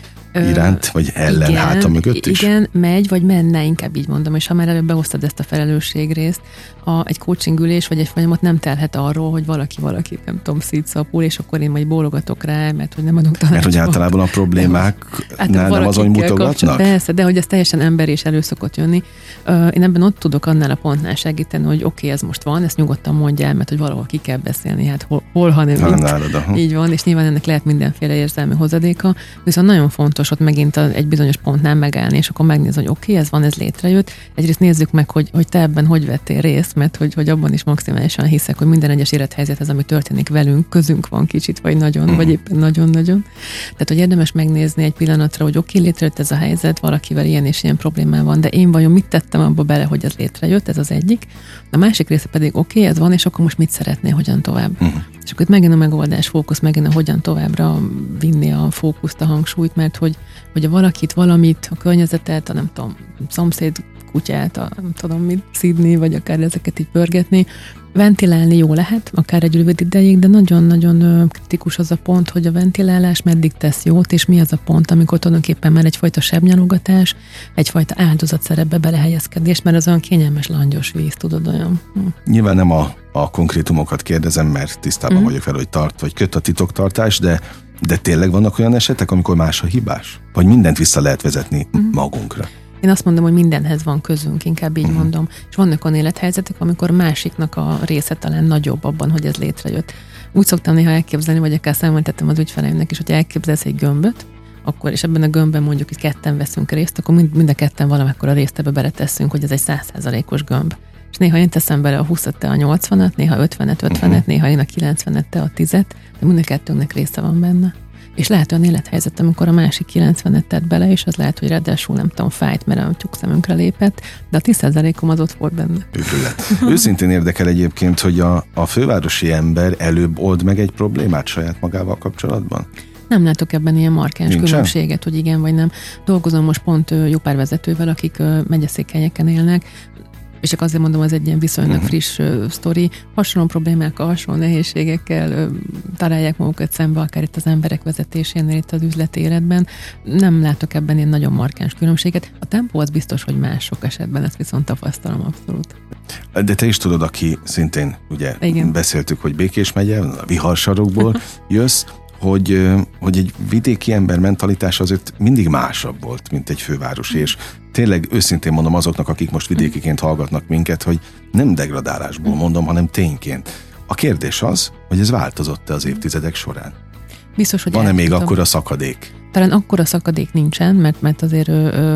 iránt, vagy ellen, igen, háta mögött is? Igen, megy, vagy menne, inkább így mondom, és ha már előbb behoztad ezt a felelősségrészt, egy coaching ülés, vagy egy folyamat nem telhet arról, hogy valaki nem tudom, szétszapul, és akkor én majd bólogatok rá, mert hogy nem adok tanácsot. Mert hogy általában a problémáknál nem azon mutogatnak? Persze, de hogy ez teljesen ember és elő szokott jönni. Én ebben ott tudok annál a pontnál segíteni, hogy oké, ez most van, ezt nyugodtan mondja el, mert hogy valahol ki kell beszélni, hát hol ha nem itt. Így van, és nyilván ennek lehet mindenféle érzelmi hozadéka, viszont nagyon fontos ott megint egy bizonyos pontnál megállni, és akkor megnézni, hogy oké, ez van, ez létrejött. Egyrészt nézzük meg, hogy te ebben hogy vettél részt, mert hogy abban is maximálisan hiszek, hogy minden egyes élethelyzethez, ami történik velünk, közünk van kicsit, vagy nagyon, vagy éppen nagyon-nagyon. Tehát, hogy érdemes megnézni egy pillanatra, hogy oké, létrejött ez a helyzet, valakivel ilyen és ilyen problémám van, de én vajon mit tettem abba bele, hogy ez létrejött, ez az egyik. A másik része pedig oké, ez van, és akkor most mit szeretnél, hogyan tovább. És akkor itt megint a megoldás fókusz, megint a hogyan továbbra vinni a fókuszt, a hangsúlyt, mert hogy a valakit, valamit, a környezetet, a nem tudom, szomszéd kutyát, nem tudom mit szídni, vagy akár ezeket így pörgetni. Ventilálni jó lehet, akár egy rövid ideig, de nagyon-nagyon kritikus az a pont, hogy a ventilálás meddig tesz jót, és mi az a pont, amikor tulajdonképpen már egyfajta sebnyalogatás, egyfajta áldozatszerepbe belehelyezkedés, mert az olyan kényelmes langyos víz, tudod, olyan. Nyilván nem a konkrétumokat kérdezem, mert tisztában vagyok fel, hogy tart, vagy köt a titoktartás, de tényleg vannak olyan esetek, amikor más a hibás? Vagy mindent vissza lehet vezetni magunkra? Én azt mondom, hogy mindenhez van közünk, inkább így mondom. És vannak olyan élethelyzetek, amikor másiknak a része talán nagyobb abban, hogy ez létrejött. Úgy szoktam néha elképzelni, vagy akár számoltettem az ügyfeleimnek is, hogy elképzelsz egy gömböt, akkor, és ebben a gömbben mondjuk, hogy ketten veszünk részt, akkor mind a ketten valamekkora részt ebbe beletesszünk, hogy ez egy 100%-os gömb. És néha én teszem bele a 20-at, te a 80-at, néha 50-et, néha én a 90-et, te a 10-et, de mind a kettőnknek része van benne. És lehet olyan élethelyzet, amikor a másik 90-et tett bele, és az lehet, hogy ráadásul nem tudom, fájt, mert a tyúkszemünkre lépett, de a 10%-om az ott volt benne. Őszintén érdekel egyébként, hogy a fővárosi ember előbb old meg egy problémát saját magával kapcsolatban? Nem látok ebben ilyen markáns különbséget, hogy igen vagy nem. Dolgozom most pont jó pár vezetővel, akik megyeszékhelyeken élnek, és csak azért mondom, az egy ilyen viszonylag friss sztori. Hasonló problémákkal, hasonló nehézségekkel találják magukat szembe, akár itt az emberek vezetésénél, itt az üzleti életben. Nem látok ebben ilyen nagyon markáns különbséget. A tempó az biztos, hogy más sok esetben, ezt viszont tapasztalom abszolút. De te is tudod, aki szintén, ugye beszéltük, hogy Békés megye, a viharsarokból jössz, hogy egy vidéki ember mentalitása azért mindig másabb volt, mint egy fővárosi, és tényleg őszintén mondom azoknak, akik most vidékiként hallgatnak minket, hogy nem degradálásból mondom, hanem tényként. A kérdés az, hogy ez változott-e az évtizedek során? Biztos, hogy van-e még akkora szakadék? Talán akkora szakadék nincsen, mert azért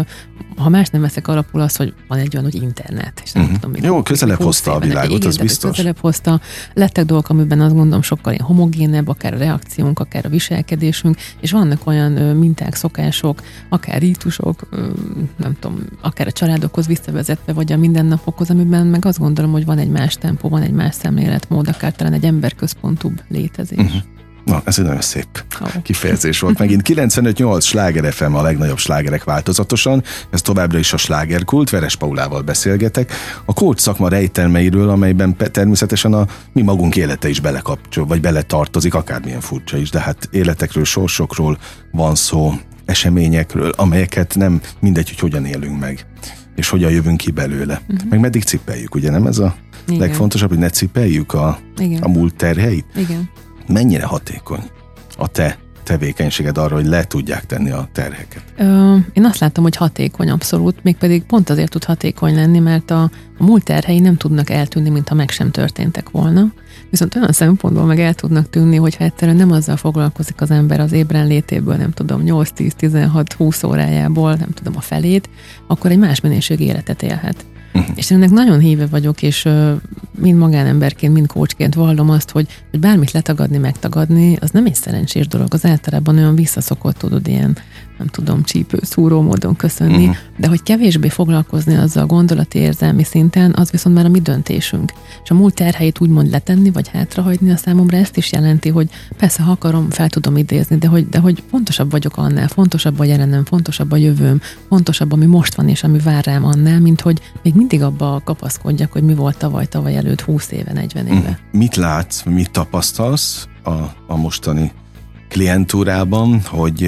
ha más nem veszek alapul az, hogy van egy olyan, hogy internet. És nem tudom, jó, közelebb hozta a világot, az biztos. Közelebb hozta. Lettek dolgok, amiben azt gondolom sokkal ilyen homogénebb, akár a reakciónk, akár a viselkedésünk, és vannak olyan minták, szokások, akár rítusok, nem tudom, akár a családokhoz visszavezetve, vagy a mindennapokhoz, amiben meg azt gondolom, hogy van egy más tempó, van egy más szemléletmód, akár talán egy emberközpontúbb létezés. Na, ez egy nagyon szép kifejezés volt. Megint 95.8 Sláger FM, a legnagyobb slágerek változatosan. Ez továbbra is a slágerkult, Veres Paulával beszélgetek. A coach szakma rejtelmeiről, amelyben természetesen a mi magunk élete is belekapcsol, vagy beletartozik, akármilyen furcsa is, de hát életekről, sorsokról van szó, eseményekről, amelyeket nem mindegy, hogy hogyan élünk meg, és hogyan jövünk ki belőle. Meg meddig cipeljük, ugye nem ez a legfontosabb, hogy ne cipeljük a múlt terheit? Igen. Mennyire hatékony a te tevékenységed arra, hogy le tudják tenni a terheket? Én azt látom, hogy hatékony abszolút, mégpedig pont azért tud hatékony lenni, mert a múlt terhei nem tudnak eltűnni, mintha meg sem történtek volna. Viszont olyan szempontból meg el tudnak tűnni, hogyha egyszerűen nem azzal foglalkozik az ember az ébren létéből, nem tudom, 8-10-16-20 órájából, nem tudom, a felét, akkor egy más minőségi életet élhet. És ennek nagyon híve vagyok, és mind magánemberként, mind coachként vallom azt, hogy bármit letagadni, megtagadni, az nem egy szerencsés dolog, az általában olyan visszaszokott, tudod, ilyen, nem tudom, csípő, szúró módon köszönni, de hogy kevésbé foglalkozni azzal gondolati, érzelmi szinten, az viszont már a mi döntésünk. És a múlt terheit úgymond letenni, vagy hátrahagyni a számomra ezt is jelenti, hogy persze, ha akarom, fel tudom idézni, de hogy fontosabb vagyok annál, fontosabb a jelenem, fontosabb a jövőm, fontosabb, ami most van és ami vár rám annál, mint hogy még mindig abba kapaszkodjak, hogy mi volt tavaly előtt 20 éve, 40 éve. Mit látsz, mit tapasztalsz a mostani klientúrában, hogy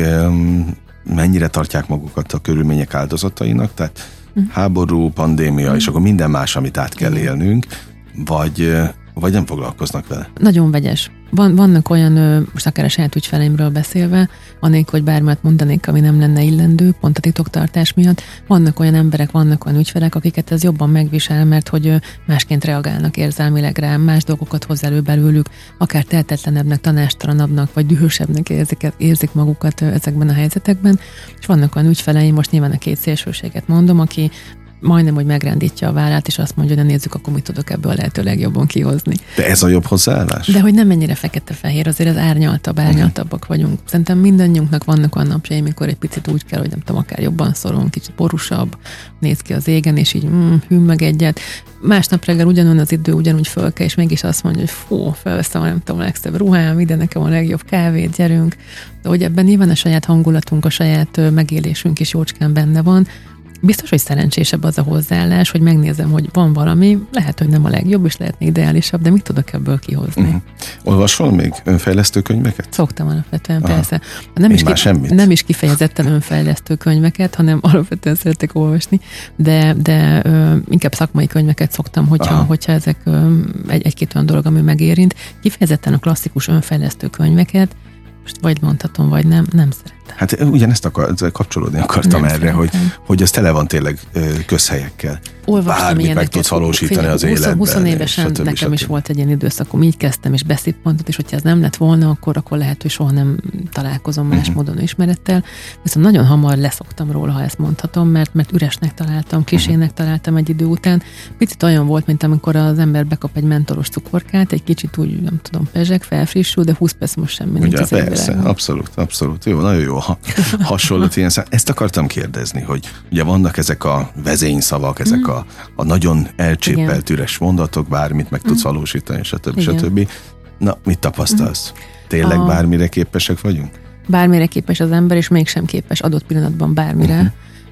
mennyire tartják magukat a körülmények áldozatainak, tehát háború, pandémia, és akkor minden más, amit át kell élnünk, vagy nem foglalkoznak vele? Nagyon vegyes. Vannak olyan, most akár a saját ügyfeleimről beszélve, anélkül, hogy bármit mondanék, ami nem lenne illendő, pont a titoktartás miatt. Vannak olyan emberek, vannak olyan ügyfelek, akiket ez jobban megvisel, mert hogy másként reagálnak érzelmileg rá, más dolgokat hoz elő belőlük, akár tehetetlenebbnek, tanástalanabbnak, vagy dühösebbnek érzik magukat ezekben a helyzetekben. És vannak olyan ügyfeleim, most nyilván a két szélsőséget mondom, aki majdnem, hogy megrendítja a vállát, és azt mondja, hogy nézzük, akkor mit tudok ebből a lehető legjobban kihozni. De ez a jobb hozzáállás? De hogy nem ennyire fekete-fehér, azért az árnyaltabbak vagyunk. Szerintem mindannyiunknak vannak olyan napjai, amikor egy picit úgy kell, hogy nem tudom, akár jobban szorong, kicsit borúsabb, néz ki az égen, és így hűm meg egyet. Másnap reggel ugyanolyan az idő, ugyanúgy föl kell, és mégis azt mondja, hogy fú, felveszem a nem tudom, a legszebb ruhám, ide nekem a legjobb kávét, gyerünk. De hogy ebben nyilván a saját hangulatunk, a saját megélésünk is jócskán benne van. Biztos, hogy szerencsésebb az a hozzáállás, hogy megnézem, hogy van valami, lehet, hogy nem a legjobb, és lehetne ideálisabb, de mit tudok ebből kihozni? Olvasol még önfejlesztő könyveket? Szoktam alapvetően, persze. Nem is kifejezetten önfejlesztő könyveket, hanem alapvetően szeretek olvasni, de inkább szakmai könyveket szoktam, hogyha ezek egy-két olyan dolog, ami megérint. Kifejezetten a klasszikus önfejlesztő könyveket, most vagy mondhatom, vagy nem szeretem. Hát ugyanezt kapcsolódni akartam nem erre, hogy ez tele van tényleg közhelyekkel. Bármit meg tudsz valósítani az életben. 20 évesen nekem is volt egy ilyen időszakom, így kezdtem, és beszippantott, és hogyha ez nem lett volna, akkor lehet, hogy soha nem találkozom más módon ismerettel. Viszont nagyon hamar leszoktam róla, ha ezt mondhatom, mert üresnek találtam, klisének találtam egy idő után. Picit olyan volt, mint amikor az ember bekap egy mentolos cukorkát, egy kicsit úgy, nem tudom, pezseg, felfrissül, de 20 perc most semmi nincs az persze, abszolút. Jó, nagyon jó hasonlott ilyen szám. Ezt akartam kérdezni, hogy ugye vannak ezek a vezényszavak, ezek a nagyon elcsépelt üres mondatok, bármit meg tudsz valósítani, stb. Na, mit tapasztalsz? Tényleg bármire képesek vagyunk? Bármire képes az ember, és mégsem képes adott pillanatban bármire.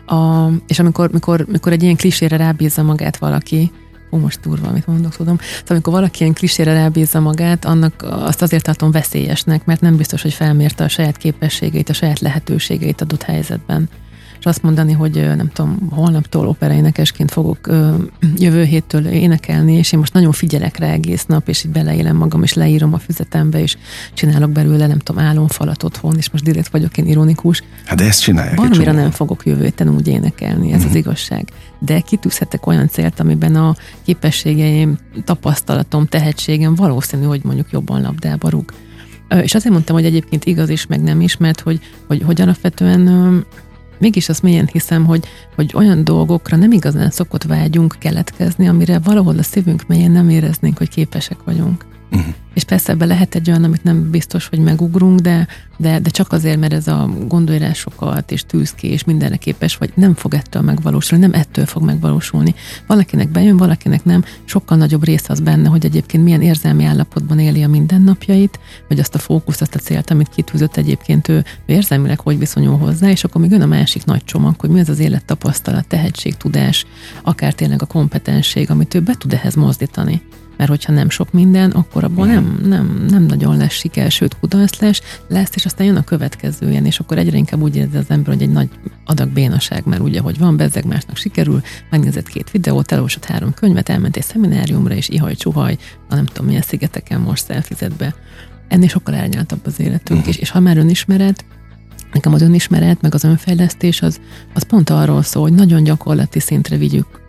És amikor egy ilyen klisére rábízza magát valaki, most durva, amit mondok, tudom. Szóval amikor valaki ilyen klisére rábízza magát, azt azért tartom veszélyesnek, mert nem biztos, hogy felmérte a saját képességeit, a saját lehetőségeit adott helyzetben. És azt mondani, hogy nem tudom, holnaptól operaénekesként fogok jövő héttől énekelni, és én most nagyon figyelek rá egész nap, és így beleélem magam, és leírom a füzetembe, és csinálok belőle, nem tudom, álomfalat otthon, és most direkt vagyok én ironikus. Hát de ezt csinálják. Valamire nem fogok jövő héten úgy énekelni, ez az igazság. De kitűzhetek olyan célt, amiben a képességeim, tapasztalatom, tehetségem valószínű, hogy mondjuk jobban labdába rúg. És azért mondtam, hogy egyébként igaz is, meg nem is, mert hogy alapvetően mégis azt mélyen hiszem, hogy olyan dolgokra nem igazán szokott vágyunk keletkezni, amire valahol a szívünk mélyén nem éreznénk, hogy képesek vagyunk. És persze ebben lehet egy olyan, amit nem biztos, hogy megugrunk, de csak azért, mert ez a gondolásokat és tűz ki, és mindenre képes, vagy nem fog ettől megvalósulni, nem ettől fog megvalósulni. Valakinek bejön, valakinek nem. Sokkal nagyobb rész az benne, hogy egyébként milyen érzelmi állapotban éli a mindennapjait, vagy azt a fókuszt, azt a célt, amit kitűzött egyébként ő érzelmileg hogy viszonyul hozzá, és akkor még jön a másik nagy csomag, hogy mi az az élettapasztalat, tehetség, tudás, akár tényleg a kompetensség, amit ő be tud ehhez mozdítani. Mert hogyha nem sok minden, akkor abból nem nagyon lesz siker, sőt kudarc lesz, és aztán jön a következő ilyen, és akkor egyre inkább úgy érzi az ember, hogy egy nagy adag bénaság, mert ugye, hogy van, bezzeg másnak sikerül, megnézett 2 videót, elolvasott 3 könyvet, elment egy szemináriumra, és ihaj-csuhaj, nem tudom milyen szigeteken most szelfizet be. Ennél sokkal elnyaltabb az életünk, és ha már önismeret, nekem az önismeret, meg az önfejlesztés, az pont arról szól, hogy nagyon gyakorlati szintre vigyük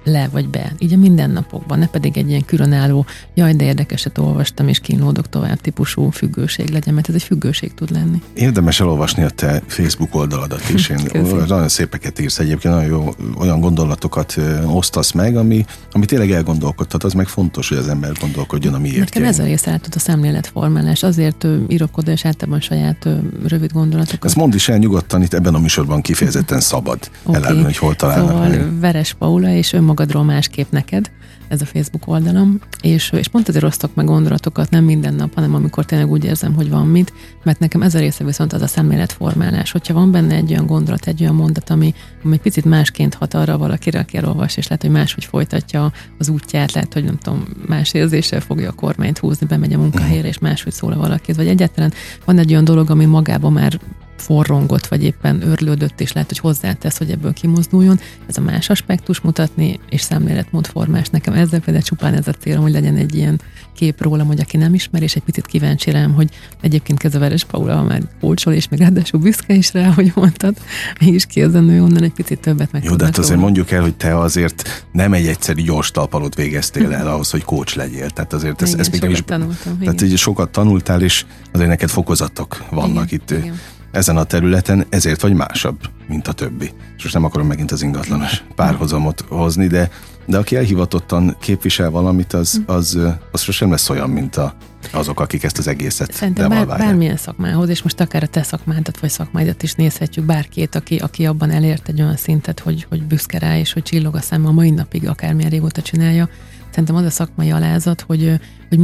le vagy be, így a mindennapokban, ne pedig egy ilyen különálló, jaj, de érdekeset olvastam, és kínlódok tovább típusú függőség legyen, mert ez egy függőség tud lenni. Érdemes elolvasni a te Facebook oldaladat is. Nagyon szépeket írsz egyébként, nagyon jó, olyan gondolatokat osztasz meg, ami tényleg elgondolkodtat, az meg fontos, hogy az ember gondolkodjon a miértjén. Nekem ez a rész átad a szemléletformálás, azért írok oda, és általában saját rövid gondolatokat. Ezt mondd is el nyugodtan, itt ebben a műsorban kifejezetten szabad elárulni, hogy hol találnak. Szóval Veres Paula, és önmagadról másképp neked, ez a Facebook oldalam, és pont azért osztok meg gondolatokat, nem minden nap, hanem amikor tényleg úgy érzem, hogy van mit, mert nekem ez a része viszont az a szemléletformálás. Hogyha van benne egy olyan gondolat, egy olyan mondat, ami picit másként hat arra valakire, aki elolvas, és lehet, hogy máshogy folytatja az útját, lehet, hogy nem tudom, más érzéssel fogja a kormányt húzni, bemegy a munkahelyre, és máshogy szól a valaki, vagy egyáltalán van egy olyan dolog, ami magában már forrongott, vagy éppen őrlődött, és lehet, hogy hozzátesz, hogy ebből kimozduljon. Ez a más aspektus mutatni, és szemléletmódformás. Nekem ezzel például csupán ez a célom, hogy legyen egy ilyen kép rólam, hogy aki nem ismer, és egy picit kíváncsi rám, hogy egyébként ez a Veres Paula, ha már kócsol, és még ráadásul büszke is rá, hogy mondtad, mégis ki az a nő, onnan egy picit többet meg. Jó, de hát azért mondjuk el, hogy te azért nem egy egyszerű gyors talpalót végeztél el ahhoz, hogy kócs legyél. Tehát azért ez még is tanultam. Tehát így sokat tanultál, és azért neked fokozatok vannak itt. Igen. Ezen a területen, ezért vagy másabb, mint a többi. És most nem akarom megint az ingatlanos párhuzamot hozni, de aki elhivatottan képvisel valamit, az sosem lesz olyan, mint azok, akik ezt az egészet szerintem bármilyen szakmához, és most akár a te szakmádat vagy szakmádat is nézhetjük, bárkit, aki abban elért egy olyan szintet, hogy büszke rá, és hogy csillog a szem a mai napig, akármilyen régóta csinálja. Szerintem az a szakmai alázat, hogy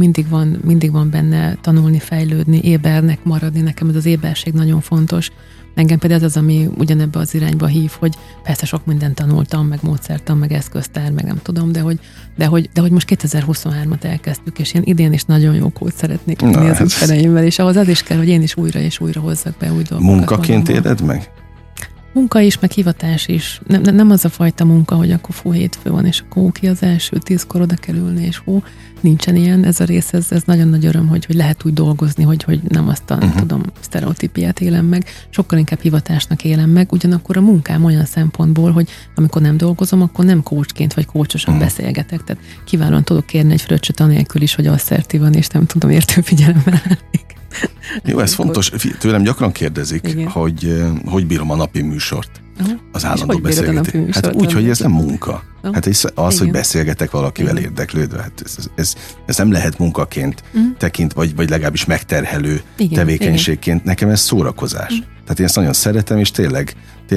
mindig van benne tanulni, fejlődni, ébernek maradni. Nekem ez az éberség nagyon fontos. Engem például az, ami ugyanebbe az irányba hív, hogy persze sok mindent tanultam, meg módszertan, meg eszköztár, meg nem tudom, de hogy most 2023-at elkezdtük, és én idén is nagyon jó kód szeretnék lenni az ügyfeleimmel, és ahhoz az is kell, hogy én is újra és újra hozzak be új dolgokat. Munkaként éled meg? Munka is, meg hivatás is. Nem az a fajta munka, hogy akkor hétfő van, és akkor ki az első 10-kor oda kell ülni, és nincsen ilyen. Ez a rész, ez nagyon nagy öröm, hogy lehet úgy dolgozni, hogy nem azt a, nem tudom, sztereotípiát élem meg, sokkal inkább hivatásnak élem meg. Ugyanakkor a munkám olyan szempontból, hogy amikor nem dolgozom, akkor nem coachként vagy coachosan beszélgetek. Tehát kiválóan tudok kérni egy fröccsöt anélkül is, hogy asszertívan, és nem tudom, értő figyelemmel állnék. Jó, ez fontos. Tőlem gyakran kérdezik, hogy bírom a napi műsort. Az állandó beszélgetés. Hát úgy, hogy ez nem munka. Hát az, hogy beszélgetek valakivel érdeklődve, hát ez nem lehet munkaként tekint, vagy legalábbis megterhelő tevékenységként. Nekem ez szórakozás. Tehát én ezt nagyon szeretem, és tényleg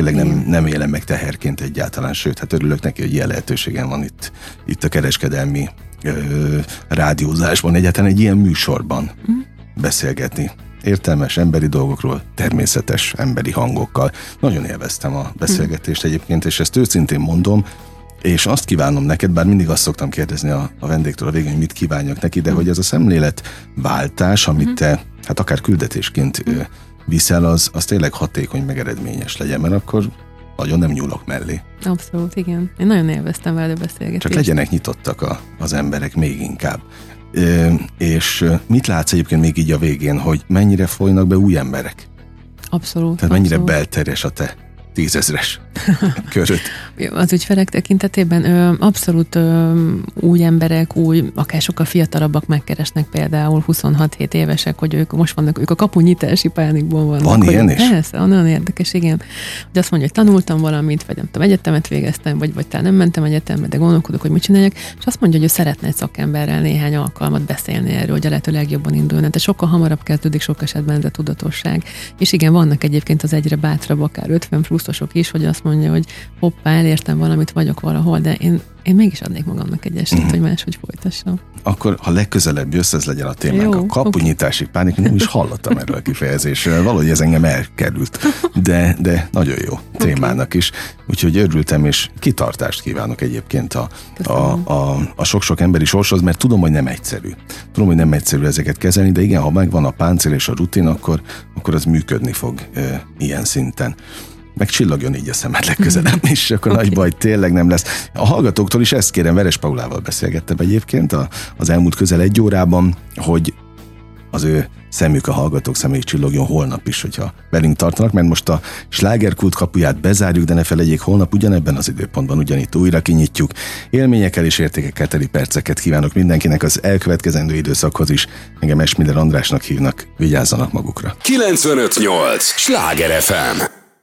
nem élem meg teherként egyáltalán, sőt, hát örülök neki, hogy ilyen lehetőségem van itt a kereskedelmi rádiózásban, egyáltalán egy ilyen műsorban beszélgetni. Értelmes emberi dolgokról, természetes emberi hangokkal. Nagyon élveztem a beszélgetést egyébként, és ezt őszintén mondom, és azt kívánom neked, bár mindig azt szoktam kérdezni a vendégtől a végén, hogy mit kívánjak neki, de hogy ez a szemléletváltás, amit te, hát akár küldetésként viszel, az tényleg hatékony, meg eredményes legyen, mert akkor nagyon nem nyúlok mellé. Abszolút, igen. Én nagyon élveztem vele a beszélgetést. Csak legyenek nyitottak az emberek még inkább. És mit látsz egyébként még így a végén, hogy mennyire folynak be új emberek? Abszolút. Tehát mennyire belterjes a te 10 000-es köröd? Az ügyfelek tekintetében abszolút új emberek, akár sokkal fiatalabbak megkeresnek, például 26-7 évesek, hogy ők most vannak, ők a kapunyitási pánikban vannak. Van ilyen is? Persze, nagyon érdekes, igen. Hogy azt mondja, hogy tanultam valamit, vagy nem tudom, egyetemet végeztem, vagy talán nem mentem egyetembe, de gondolkodok, hogy mit csináljak, és azt mondja, hogy ő szeretne egy szakemberrel néhány alkalmat beszélni erről, hogy a lehető legjobban indulna. De sokkal hamarabb kezdődik sok esetben ez a tudatosság. És igen, vannak egyébként az egyre bátrabb, akár 50 pluszosok is, hogy azt mondja, hogy hoppá, elértem valamit, vagyok valahol, de én mégis adnék magamnak egy esélyt, hogy máshogy folytassam. Akkor, ha legközelebb jössz, ez legyen a témánk. A kapunyitási pánik, nem is hallottam erről a kifejezésről. Valahogy ez engem elkerült. De nagyon jó témának is. Úgyhogy örültem, és kitartást kívánok egyébként a sok-sok emberi sorshoz, mert tudom, hogy nem egyszerű. Tudom, hogy nem egyszerű ezeket kezelni, de igen, ha megvan a páncél és a rutin, akkor az működni fog ilyen szinten. Meg csillagjon így a szemed legközelebb is, akkor nagy baj tényleg nem lesz. A hallgatóktól is ezt kérem, Veres Paulával beszélgettem egyébként az elmúlt közel 1 órában, hogy az ő szemük, a hallgatók személyük csillogjon holnap is, hogyha velünk tartanak, mert most a slágerkult kapuját bezárjuk, de ne felejtjék, holnap ugyanebben az időpontban ugyanitt újra kinyitjuk. Élményekkel és értékekkel teli perceket kívánok mindenkinek az elkövetkezendő időszakhoz is. Engem Esmiller Andrásnak hívnak, vigyázzanak magukra. 95.8 Sláger FM.